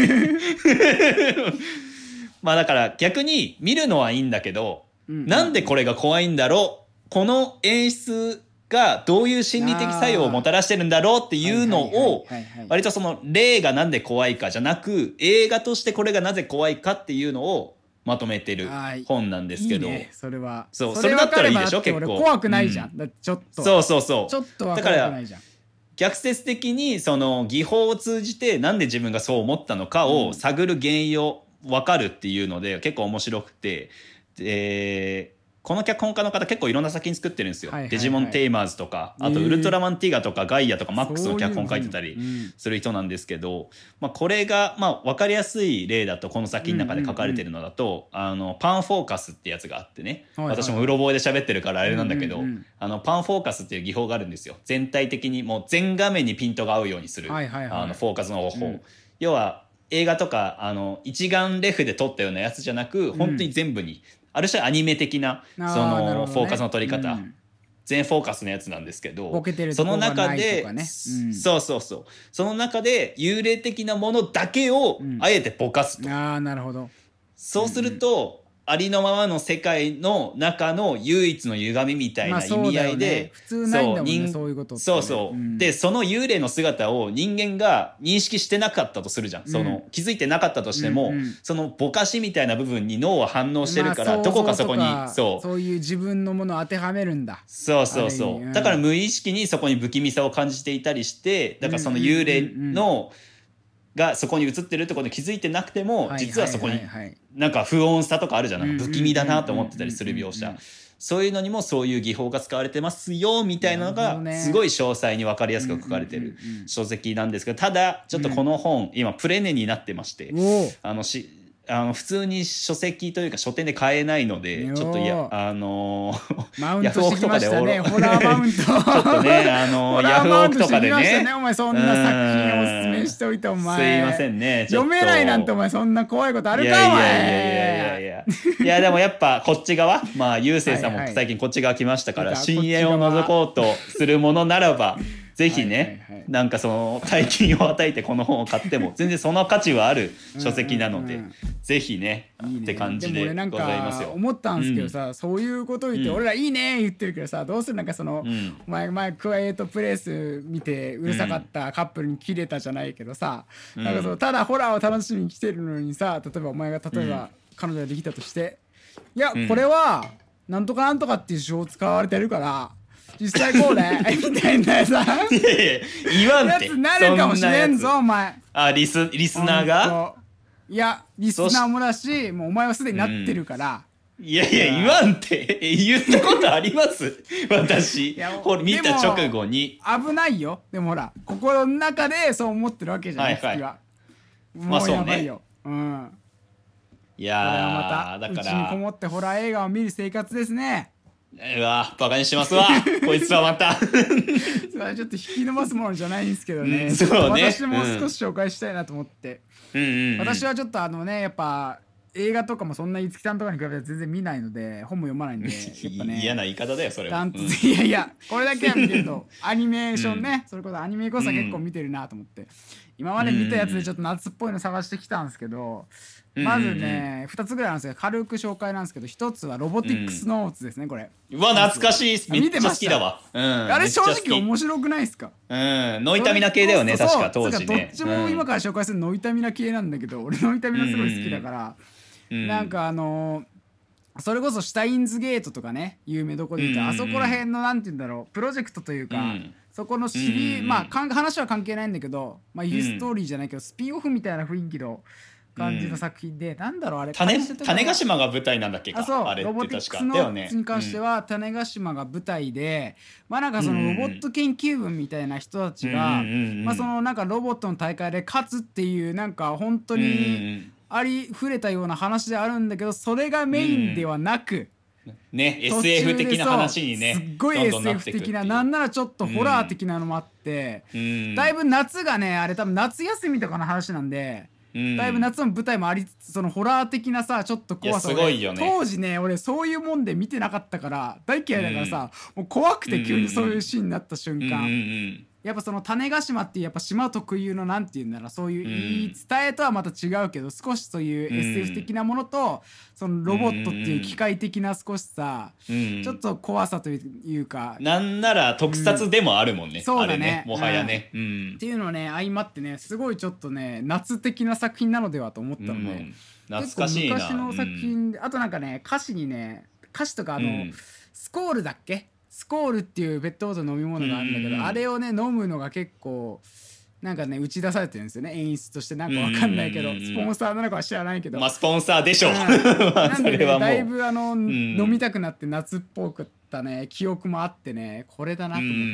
[SPEAKER 1] まあだから逆に見るのはいいんだけど、なんでこれが怖いんだろう、この演出がどういう心理的作用をもたらしてるんだろうっていうのを、割とその例がなんで怖いかじゃなく、映画としてこれがなぜ怖いかっていうのをまとめてる本なんですけど、
[SPEAKER 2] いいね、それは。
[SPEAKER 1] そう、それだったらいいでしょ、結構。
[SPEAKER 2] 怖くないじゃん。だってちょっと。
[SPEAKER 1] そうそうそう。
[SPEAKER 2] ちょっとは怖くないじゃん。
[SPEAKER 1] 逆説的にその技法を通じてなんで自分がそう思ったのかを探る原因を分かるっていうので結構面白くて、この脚本家の方結構いろんな作品作ってるんですよ、デジモン・テイマーズとか、あとウルトラマンティガとかガイアとかマックスの脚本書いてたりする人なんですけど、まあ、これがまあ分かりやすい例だとこの作品の中で書かれてるのだと、パンフォーカスってやつがあってね、私もうろ覚えで喋ってるからあれなんだけど、パンフォーカスっていう技法があるんですよ。全体的にもう全画面にピントが合うようにする、フォーカスの方法、要は映画とか一眼レフで撮ったようなやつじゃなく、本当に全部にある種アニメ的なそのフォーカスの撮り方、全フォーカスのやつなんですけど、その中で、そうそうそう、その中で幽霊的なものだけをあえてぼかすと、
[SPEAKER 2] なるほど。
[SPEAKER 1] そうすると、ありのままの世界の中の唯一の歪みみたいな意味合いで、
[SPEAKER 2] 普通ないんだもんね、そういうことって。
[SPEAKER 1] そうそう、でその幽霊の姿を人間が認識してなかったとするじゃん、その気づいてなかったとしても、そのぼかしみたいな部分に脳は反応してるから、どこかそこに
[SPEAKER 2] そういう自分のものを当てはめるんだ。
[SPEAKER 1] そうそうそう、だから無意識にそこに不気味さを感じていたりして、だからその幽霊のがそこに映ってるってことに気づいてなくても、実はそこになんか不穏さとかあるじゃん、なんか不気味だなと思ってたりする描写、そういうのにもそういう技法が使われてますよみたいなのがすごい詳細に分かりやすく書かれてる書籍なんですけど、ただちょっとこの本今プレネになってまして、普通に書籍というか書店で買えないので、ちょっと
[SPEAKER 2] マウントしてきましたね、ホラーマウント。ちょっ
[SPEAKER 1] とね、ヤフオクとかでね、
[SPEAKER 2] お前そんな作品をおすすめしておいて、お前
[SPEAKER 1] すいませんね、
[SPEAKER 2] 読めないなんてお前そんな怖いことあるか、お
[SPEAKER 1] 前。いやでもやっぱこっち側、まあゆうせいさんも最近こっち側来ましたから、深淵を覗こうとするものならばぜひね、なんかその大金を与えてこの本を買っても全然その価値はある書籍なので、ぜひねって感じでございますよ。
[SPEAKER 2] 思ったんですけどさ、そういうこと言って俺らいいね言ってるけどさ、どうする、なんかその前クワイエットプレイス見てうるさかったカップルにキレたじゃないけどさ、なんかそのただホラーを楽しみに来てるのにさ、例えばお前が例えば彼女ができたとして、いやこれはなんとかなんとかっていう手法使われてるから実際こうねみたいなさ、
[SPEAKER 1] 言わんって
[SPEAKER 2] やつなるかもしれんぞお前。
[SPEAKER 1] リスナーが、
[SPEAKER 2] いやリスナーもだし、もうお前はすでになってるから、
[SPEAKER 1] いや言わんって言ったことあります私見た直後に。
[SPEAKER 2] 危ないよ。でもほら心の中でそう思ってるわけじゃないですか。もうやばいよ。
[SPEAKER 1] いや
[SPEAKER 2] またうちにこもってホラー映画を見る生活ですね。
[SPEAKER 1] うわバカにしますわこいつはまた
[SPEAKER 2] それはちょっと引き伸ばすものじゃないんですけどね、私も少し紹介したいなと思って、私はちょっとやっぱ映画とかもそんな五木さんとかに比べて全然見ないので、本も読まないんで、やっぱね
[SPEAKER 1] 嫌な言い方だよそれは。
[SPEAKER 2] いやこれだけは見てるとアニメーションね、それこそアニメこそ結構見てるなと思って、今まで見たやつでちょっと夏っぽいの探してきたんですけど、まずね2つぐらいなんですけど軽く紹介なんですけど、1つはロボティックスノーツですね。これ
[SPEAKER 1] うわ懐かしい、めっちゃ好きだわ。
[SPEAKER 2] あれ正直面白くないですか？
[SPEAKER 1] ノイタミナ系だよね確か当時ね。
[SPEAKER 2] どっちも今から紹介するノイタミナ系なんだけど、俺ノイタミナすごい好きだから、なんかそれこそシュタインズゲートとかね、有名どこで言ったらあそこら辺のなんて言うんだろう、プロジェクトというか、そこのまあ話は関係ないんだけど、まあヒストーリーじゃないけどスピンオフみたいな雰囲気の感じの作品で、なんだろうあれ
[SPEAKER 1] 種子島が舞台なんだっけか。
[SPEAKER 2] そう
[SPEAKER 1] あれって
[SPEAKER 2] ロボティックスノーツに関しては種子島が舞台で、まあなんかそのロボット研究部みたいな人たちがまあそのなんかロボットの大会で勝つっていうなんか本当にありふれたような話であるんだけど、それがメインではなく
[SPEAKER 1] ね SF 的な話にね、
[SPEAKER 2] すっごい SF 的な、なんならちょっとホラー的なのもあって、だいぶ夏がねあれ多分夏休みとかの話なんで、だいぶ夏の舞台もありつつ、そのホラー的なさちょっと怖さを、
[SPEAKER 1] すごいよね、
[SPEAKER 2] 当時ね俺そういうもんで見てなかったから大嫌いだからさ、もう怖くて急にそういうシーンになった瞬間、 やっぱその種子島っていうやっぱ島特有のなんていうんだろう、そういう言い伝えとはまた違うけど、少しそういう SF 的なものとそのロボットっていう機械的な少しさ、ちょっと怖さというか、
[SPEAKER 1] なんなら特撮でもあるもんね、
[SPEAKER 2] そうだね、
[SPEAKER 1] あれね、もはやね、
[SPEAKER 2] っていうのね相まってね、すごいちょっとね夏的な作品なのではと思ったので、
[SPEAKER 1] 懐かしいな。
[SPEAKER 2] 結構昔の作品で、あとなんかね歌詞とかスコールだっけ、スコールっていうペットボトル飲み物があるんだけど、あれをね飲むのが結構なんかね打ち出されてるんですよね、演出として。なんかわかんないけど、スポンサーなのかは知らないけど、
[SPEAKER 1] まあスポンサーでしょう、
[SPEAKER 2] なんでね
[SPEAKER 1] もう
[SPEAKER 2] だいぶ飲みたくなって夏っぽくったね記憶もあってね、これだなと思って。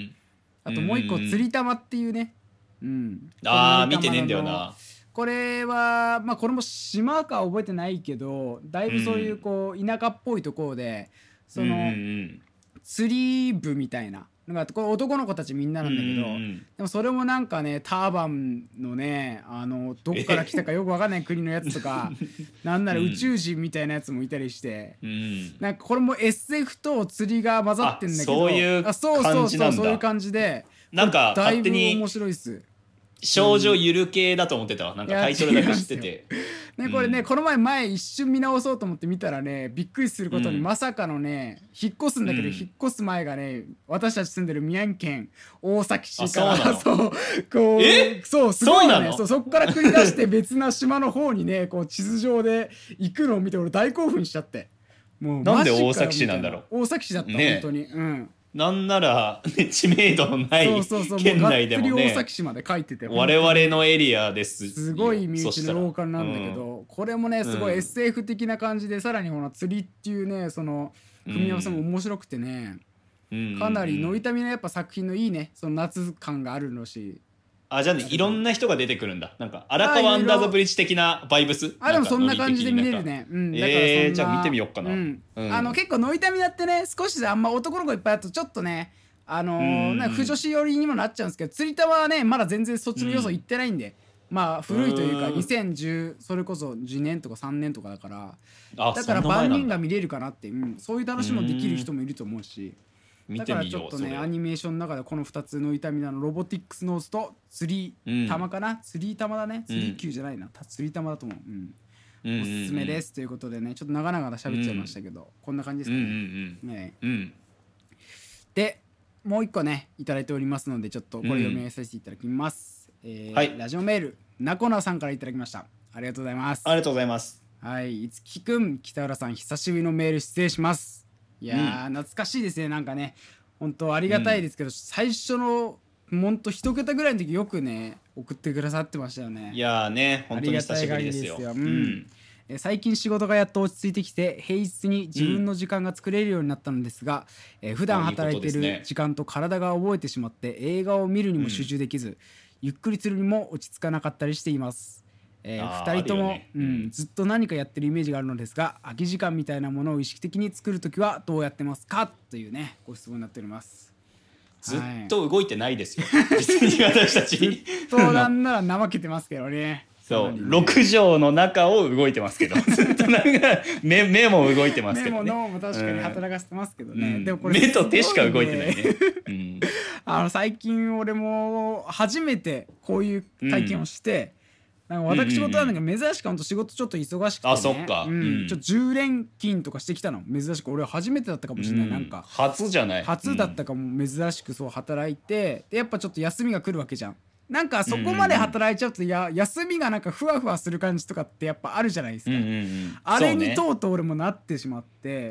[SPEAKER 2] あともう一個釣り玉っていうね、
[SPEAKER 1] ああ見てねえんだよな。
[SPEAKER 2] これはまあこれも島か覚えてないけど、だいぶそういうこう田舎っぽいところでその釣り部みたいなのが、これ男の子たちみんななんだけど、でもそれもなんかねターバンのねどっから来たかよくわかんない国のやつとかなんなら宇宙人みたいなやつもいたりして、なんかこれも SF と釣りが混ざってんだけど、
[SPEAKER 1] そういう感じなんだ。
[SPEAKER 2] そういう感じで、
[SPEAKER 1] なんか
[SPEAKER 2] だいぶ
[SPEAKER 1] 勝手に
[SPEAKER 2] 面白いっす。
[SPEAKER 1] 少女ゆる系だと思ってたわ、なんかタイトルだけ知ってて
[SPEAKER 2] ね、これね、この前一瞬見直そうと思って見たらね、びっくりすることにまさかのね、引っ越すんだけど、引っ越す前がね、私たち住んでる宮城県大崎市からそうこうそうすごいよね、そっから繰り出して別な島の方にねこう地図上で行くのを見て俺大興奮しちゃって、もう
[SPEAKER 1] なんで大崎市なんだろう。
[SPEAKER 2] 大崎市だった、
[SPEAKER 1] ね、
[SPEAKER 2] 本当に。
[SPEAKER 1] なんなら、ね、知名度のない県内でもね、
[SPEAKER 2] 大崎市まで書いてて
[SPEAKER 1] 我々のエリアです
[SPEAKER 2] すごい身内のローカルなんだけど、これもねすごい SF 的な感じで、さらにこの釣りっていうねその組み合わせも面白くてね、かなりノイタミのやっぱ作品のいいねその夏感があるのし。
[SPEAKER 1] あ、じゃあね、いろんな人が出てくるんだ。なんか荒川アンダーザブリッジ的なバイブス。
[SPEAKER 2] でもそんな感じで見れるね。だから
[SPEAKER 1] じゃあ見てみようかな。
[SPEAKER 2] 結構ノイタミだってね、少しあんま男の子いっぱいあるとちょっとねなんか不女子寄りにもなっちゃうんですけど、釣り玉はねまだ全然そっちの要素いってないんで、まあ古いというか2010それこそ10年とか3年とかだから、だから万人が見れるかなって、そういう楽しみもできる人もいると思うし、だからちょっとねアニメーションの中でこの2つの痛みなのロボティックスノースと釣り玉かな、釣り玉だね、釣り球じゃないな、釣り玉だと思う。おすすめですということでね、ちょっと長々喋っちゃいましたけど、こんな感じですかね。でもう一個ねいただいておりますので、ちょっとこれ読み上げさせていただきます。ラジオメールなこなさんからいただきました。ありがとうございます。
[SPEAKER 1] ありがとうございます。
[SPEAKER 2] はい、いつきくん、北浦さん、久しぶりのメール失礼します。いや懐かしいですね。なんかね本当ありがたいですけど、最初のほんと一桁ぐらいの時よくね送ってくださってましたよね。
[SPEAKER 1] いやね本当に久しぶりですよ。
[SPEAKER 2] 最近仕事がやっと落ち着いてきて平日に自分の時間が作れるようになったのですが、普段働いてる時間と体が覚えてしまって映画を見るにも集中できず、ゆっくりするにも落ち着かなかったりしています。2人とも、ずっと何かやってるイメージがあるのですが、空き時間みたいなものを意識的に作るときはどうやってますかというねご質問になっております。
[SPEAKER 1] ずっと動いてないですよ、実に私たち。
[SPEAKER 2] ずっとなんなら怠けてますけどね。
[SPEAKER 1] そう、6畳の中を動いてますけどずっとなんか目も動いてますけどね。
[SPEAKER 2] 目も脳も確かに働かせてますけどね、でもこれ
[SPEAKER 1] 目と手しか動いてないね。
[SPEAKER 2] 最近俺も初めてこういう体験をして、なんか私事なんだけど珍しく仕事ちょっと忙しくてね、
[SPEAKER 1] あ、そっか、
[SPEAKER 2] ちょっと10連勤とかしてきたの珍しく、俺は初めてだったかもしれない、なんか
[SPEAKER 1] 初じゃない、
[SPEAKER 2] 初だったかも、珍しくそう働いて、でやっぱちょっと休みが来るわけじゃん。なんかそこまで働いちゃうと休みがなんかふわふわする感じとかってやっぱあるじゃないですか、あれにとうとう俺もなってしまって、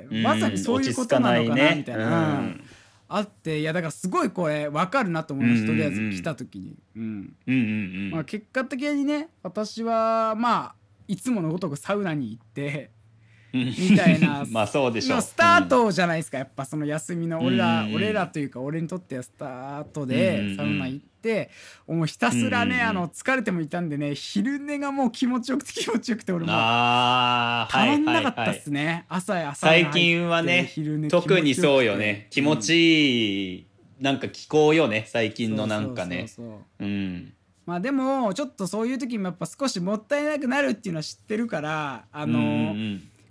[SPEAKER 2] まさにそういうことなのかなみたいな、あって、いやだからすごいこれ分かるなと思いました、とりあえず来た時に。まあ結果的にね私はまあいつものごとくサウナに行ってみたいな
[SPEAKER 1] まあそうでしょう、
[SPEAKER 2] スタートじゃないですか、やっぱその休みの俺らというか俺にとってはスタートでサウナ行って、もうひたすらね疲れてもいたんでね、昼寝がもう気持ちよくて俺もたまんなかったっすね。朝
[SPEAKER 1] 最近はね特にそうよね、気持ちいいなんか気候よね最近のなんかね。
[SPEAKER 2] まあでもちょっとそういう時もやっぱ少しもったいなくなるっていうのは知ってるから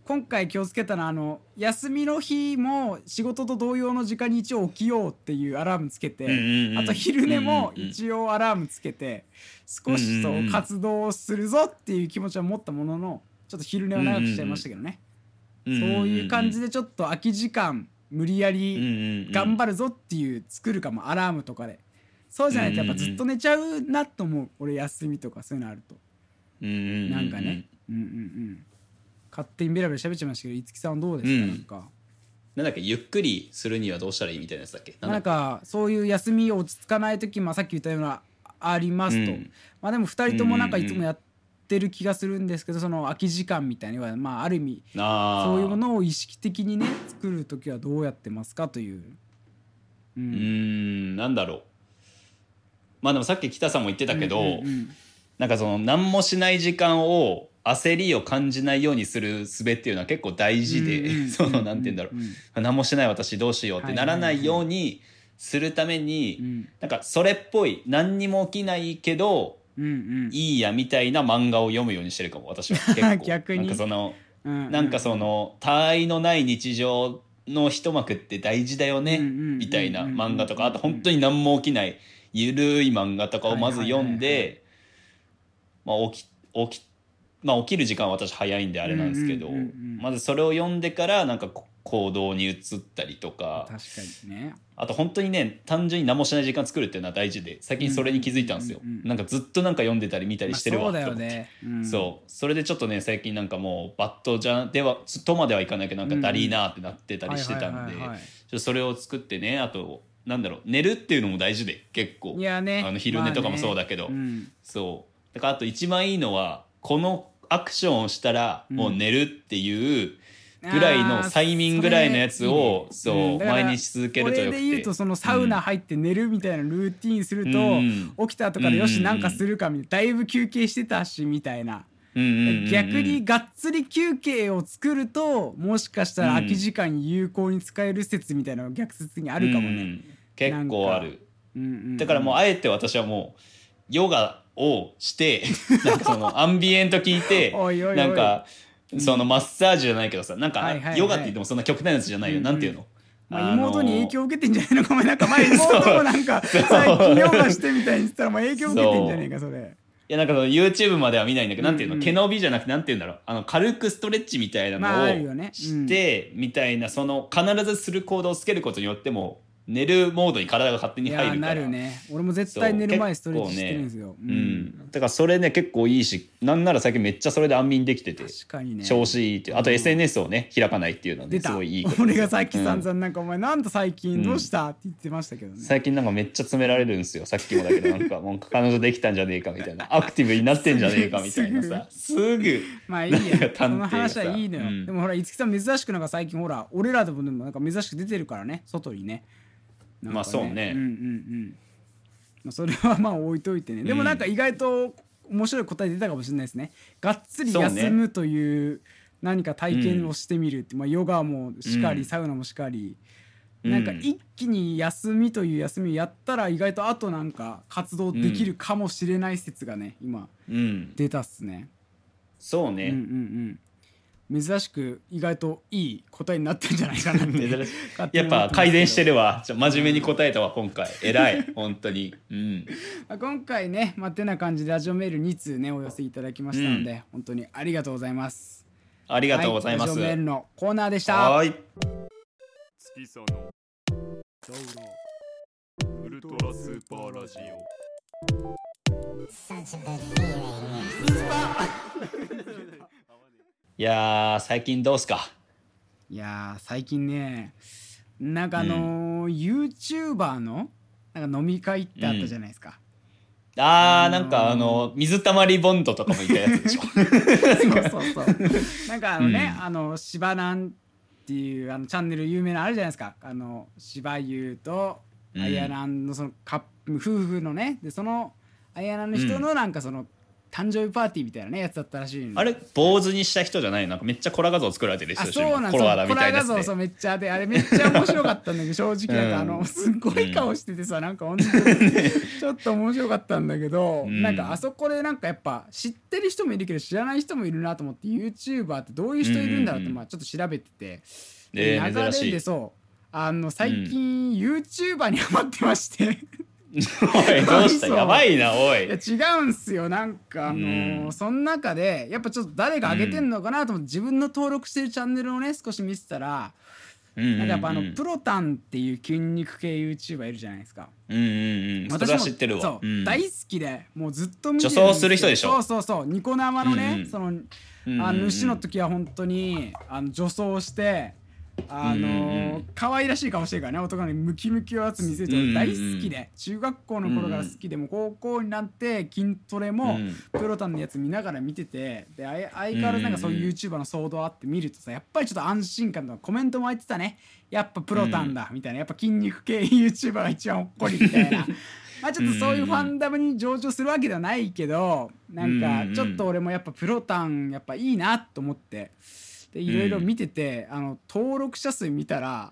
[SPEAKER 2] 今回気をつけたのは休みの日も仕事と同様の時間に一応起きようっていうアラームつけて、あと昼寝も一応アラームつけて少しそう活動するぞっていう気持ちは持ったものの、ちょっと昼寝は長くしちゃいましたけどね。そういう感じでちょっと空き時間無理やり頑張るぞっていう作るかも、アラームとかで。そうじゃないとやっぱずっと寝ちゃうなと思う、俺休みとかそういうのあると。なんかね、勝手にベラベラ喋っちゃいましたけど、いつきさんはどうですか？なんか
[SPEAKER 1] なんだっけ、ゆっくりするにはどうしたらいいみたいなやつだっけ？
[SPEAKER 2] なんかそういう休み落ち着かない時、さっき言ったようなありますと、でも2人ともなんかいつもやってる気がするんですけど、その空き時間みたいにはある意味そういうものを意識的にね作る時はどうやってますかという。
[SPEAKER 1] なんだろう。でもさっき北さんも言ってたけど、なんかその何もしない時間を焦りを感じないようにする術っていうのは結構大事で、そのなんて言うんだろう、何もしない私どうしようってならないようにするために、なんかそれっぽい何にも起きないけどいいやみたいな漫画を読むようにしてるかも、私は結構。
[SPEAKER 2] 逆に
[SPEAKER 1] なんかその他愛のない日常の一幕って大事だよねみたいな漫画とか、あと本当に何も起きないゆるい漫画とかをまず読んで、起きる時間は私早いんであれなんですけど、まずそれを読んでからなんか行動に移ったりとか。
[SPEAKER 2] 確かにね。
[SPEAKER 1] あと本当にね、単純に何もしない時間作るっていうのは大事で、最近それに気づいたんですよ。なんかずっとなんか読んでたり見たりしてるわと思って、それでちょっとね最近なんかもうバットとまではいかないけどなんかだりーなーってなってたりしてたんで、ちょっとそれを作ってね、あとなんだろう、寝るっていうのも大事で結構、昼寝とかもそうだけど、そうだからあと一番いいのはこのアクションをしたらもう寝るっていうぐらいの催眠ぐらいのやつを毎日続けるとよくて、
[SPEAKER 2] これで言うとそのサウナ入って寝るみたいなルーティンすると、起きた後からよしなんかするかみたいな、だいぶ休憩してたしみたいな、逆にがっつり休憩を作るともしかしたら空き時間有効に使える説みたいなのが逆説にあるかもね。
[SPEAKER 1] 結構ある。だからもうあえて私はもうヨガをしてなんかそのアンビエント聞いてなんかそのマッサージじゃないけどさ、なんかヨガって言ってもそんな極端なやつじゃないよ、なんていうの、
[SPEAKER 2] 妹に影響を受けてんじゃないのかも。なんか妹もなんか最近ヨガしてみたいに言ったら影響を受けてんじゃねえかそれ。
[SPEAKER 1] いやなんかその YouTube までは見ないんだけど、なんていうの、毛伸びじゃなくてなんていうんだろう、軽くストレッチみたいなのをしてみたいな、その必ずする行動をつけることによっても寝るモードに体が勝手に入るから。
[SPEAKER 2] なるね。俺も絶対寝る前ストレッチしてるんですよ。
[SPEAKER 1] だからそれね結構いいし、なんなら最近めっちゃそれで安眠できてて、
[SPEAKER 2] 確かにね、
[SPEAKER 1] 調子いいっていう。あと SNS をね開かないっていうのはねすごいいいこと。
[SPEAKER 2] 俺がさっき散々なんかお前なんと最近どうしたって言ってましたけどね。
[SPEAKER 1] 最近なんかめっちゃ詰められるんですよ。さっきもだけどなんかもう彼女できたんじゃねえかみたいな、アクティブになってんじゃねえかみたいなさ、すぐ
[SPEAKER 2] まあいいやその話はいいのよ。でもほら五木さん珍しくなんか最近ほら俺らでもなんか珍しく出てるからね、外にね。
[SPEAKER 1] まあそうね。
[SPEAKER 2] それはまあ置いといてね。でもなんか意外と面白い答え出たかもしれないですね。がっつり休むという何か体験をしてみるって、ヨガもしかりサウナもしかり、なんか一気に休みという休みをやったら意外とあとなんか活動できるかもしれない説がね今出たっすね。
[SPEAKER 1] そうね。
[SPEAKER 2] 珍しく意外といい答えになってんじゃないかなって
[SPEAKER 1] やっぱ改善してるわ。真面目に答えたわ今回。偉い本当に。
[SPEAKER 2] 今回ねてな感じでラジオメール2通ねお寄せいただきましたので、本当にありがとうございます。
[SPEAKER 1] ありがとうございます。
[SPEAKER 2] ラジオメールのコーナーでした。
[SPEAKER 1] はい。
[SPEAKER 3] 月さのダウロウルトラスーパーラジオ。
[SPEAKER 1] いや最近どうすか？
[SPEAKER 2] いや最近ねなんかYouTuber のなんか飲み会ってあったじゃないですか。
[SPEAKER 1] なんか水たまりボンドとかもいたやつでしょ。
[SPEAKER 2] そうなんかしばなんっていうチャンネル有名なあるじゃないですか。しばゆとあやなんのその夫婦のね、でそのあやなんの人のなんかその誕生日パーティーみたいなねやつだったらしいの。
[SPEAKER 1] あれ坊主にした人じゃないの？なんかめっちゃコラ画像作られてる人
[SPEAKER 2] そうなんですよ。
[SPEAKER 1] コロワラみたいなやつで。
[SPEAKER 2] コラ画像そうめっちゃであれめっちゃ面白かったんだけど正直なんかすごい顔しててさ、なんか本当にちょっと面白かったんだけど、なんかあそこでなんかやっぱ知ってる人もいるけど知らない人もいるなと思って YouTuber ってどういう人いるんだろうってまあちょっと調べてて、流
[SPEAKER 1] 珍しい。
[SPEAKER 2] れでそう最近 YouTuber にハマってまして
[SPEAKER 1] おいどうしたやばいなおい。
[SPEAKER 2] いや違うんすよ。なんかその中でやっぱちょっと誰が上げてんのかなと思って自分の登録してるチャンネルをね少し見てたら、なんかやっぱプロタンっていう筋肉系 YouTuber いるじゃないですか。
[SPEAKER 1] それは知ってるわ。
[SPEAKER 2] そう、大好きでもうずっと見てるんです
[SPEAKER 1] 女装する人でしょ。
[SPEAKER 2] そうニコ生のね、その主の時は本当に女装して可愛らしい顔してるからね、男のムキムキをやつ見せて大好きで、中学校の頃から好きで、も高校になって筋トレもプロタンのやつ見ながら見てて、で相変わらずなんかそういう YouTuber の騒動あって見るとさ、やっぱりちょっと安心感とかコメントも入ってたね。やっぱプロタンだみたいな、やっぱ筋肉系 YouTuber が一番ほっこりみたいなまあちょっとそういうファンダムに上場するわけではないけど、なんかちょっと俺もやっぱプロタンやっぱいいなと思ってでいろいろ見てて、登録者数見たら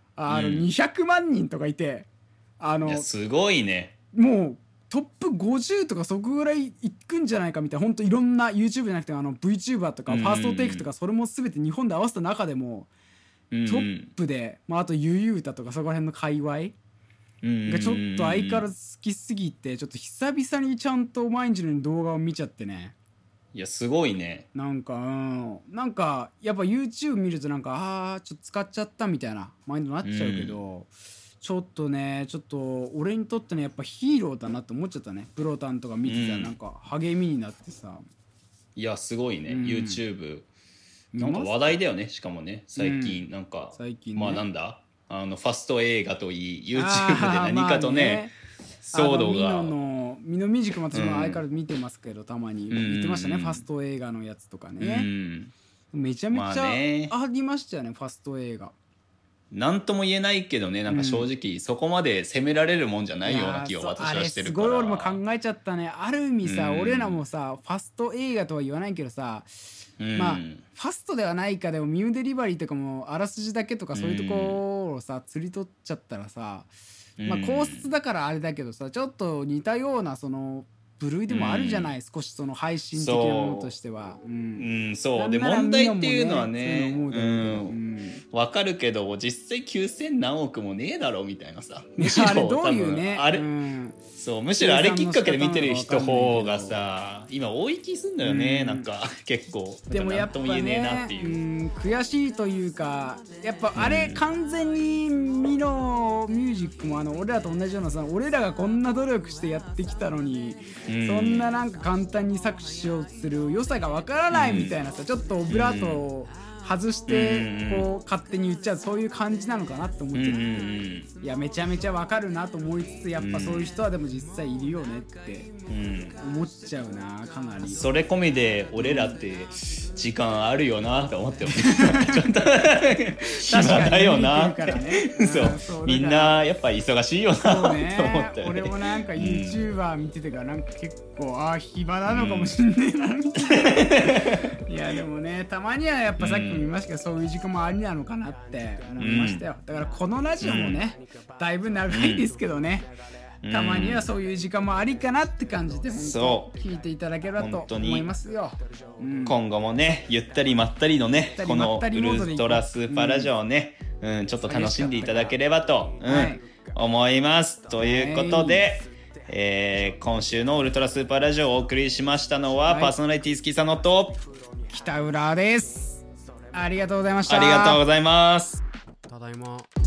[SPEAKER 2] 200万人とかいて、
[SPEAKER 1] いやすごいね。
[SPEAKER 2] もうトップ50とかそこぐらいいくんじゃないかみたいな、ほんといろんな YouTube じゃなくてVTuber とかファーストテイクとかそれも全て日本で合わせた中でもトップで、まあ、あとゆゆうたとかそこら辺の界隈がちょっと相変わらず好きすぎて、ちょっと久々にちゃんと毎日のように動画を見ちゃってね。
[SPEAKER 1] いやすごいね。
[SPEAKER 2] なんかなんかやっぱ YouTube 見るとなんかちょっと使っちゃったみたいなマインドになっちゃうけど、ちょっと俺にとってねやっぱヒーローだなって思っちゃったね。プロタンとか見てたらなんか励みになってさ。
[SPEAKER 1] いやすごいね、YouTube なんか話題だよね。しかもね最近なんか、
[SPEAKER 2] 最近
[SPEAKER 1] まあなんだファスト映画といい YouTube で何かとね騒動が
[SPEAKER 2] ミノミュージックも私も相変わらず見てますけど、たまに言ってましたね、ファスト映画のやつとかね、めちゃめちゃありましたよね、ファスト映画。
[SPEAKER 1] なんとも言えないけどね、なんか正直そこまで責められるもんじゃないような気を私はしてるから。
[SPEAKER 2] すごい俺も考えちゃったね。ある意味さ、俺らもさファスト映画とは言わないけどさ、まあファストではないかでもミューデリバリーとかもあらすじだけとかそういうところをさ釣り取っちゃったらさ、まあ高質だからあれだけどさ、ちょっと似たようなその部類でもあるじゃない、少しその配信的なものとしては。
[SPEAKER 1] そうで問題っていうのはね、わかるけど実際9000何億もねえだろみたいなさ。むしろ
[SPEAKER 2] あれどういうね、
[SPEAKER 1] あれ、そうむしろあれきっかけで見てる人方がさ今多い気すんだよね、なんか結構。
[SPEAKER 2] でもやっぱね、悔しいというか、やっぱあれ完全にミノミュージックも俺らと同じようなさ、俺らがこんな努力してやってきたのに、そんななんか簡単に搾取しようとする良さがわからないみたいなさ、ちょっとオブラートを外してこう勝手に言っちゃう、そういう感じなのかなって思っちゃって、いやめちゃめちゃわかるなと思いつつ、やっぱそういう人はでも実際いるよねって思っちゃうな、かなり。
[SPEAKER 1] それ込みで俺らって時間あるよなと思ってもちょっと暇だよなってそうみんなやっぱ忙しいよなって思ったよね。
[SPEAKER 2] 俺もなんか YouTuber 見ててからなんか結構暇なのかもしんねえなみたいな。いやでもね、たまにはやっぱさっきも言いましたけど、そういう時間もありなのかなって思いましたよ。だからこのラジオもね、だいぶ長いですけどね、たまにはそういう時間もありかなって感じで本当聞いていただければと思いますよ。
[SPEAKER 1] 今後もねゆったりまったりのねこのウルトラスーパーラジオをね、ちょっと楽しんでいただければと、思います。ということで、今週のウルトラスーパーラジオをお送りしましたのは、パーソナリティ好きさのと
[SPEAKER 2] 北浦です。ありがとうございました。
[SPEAKER 1] ありがとうございます。
[SPEAKER 2] ただいま。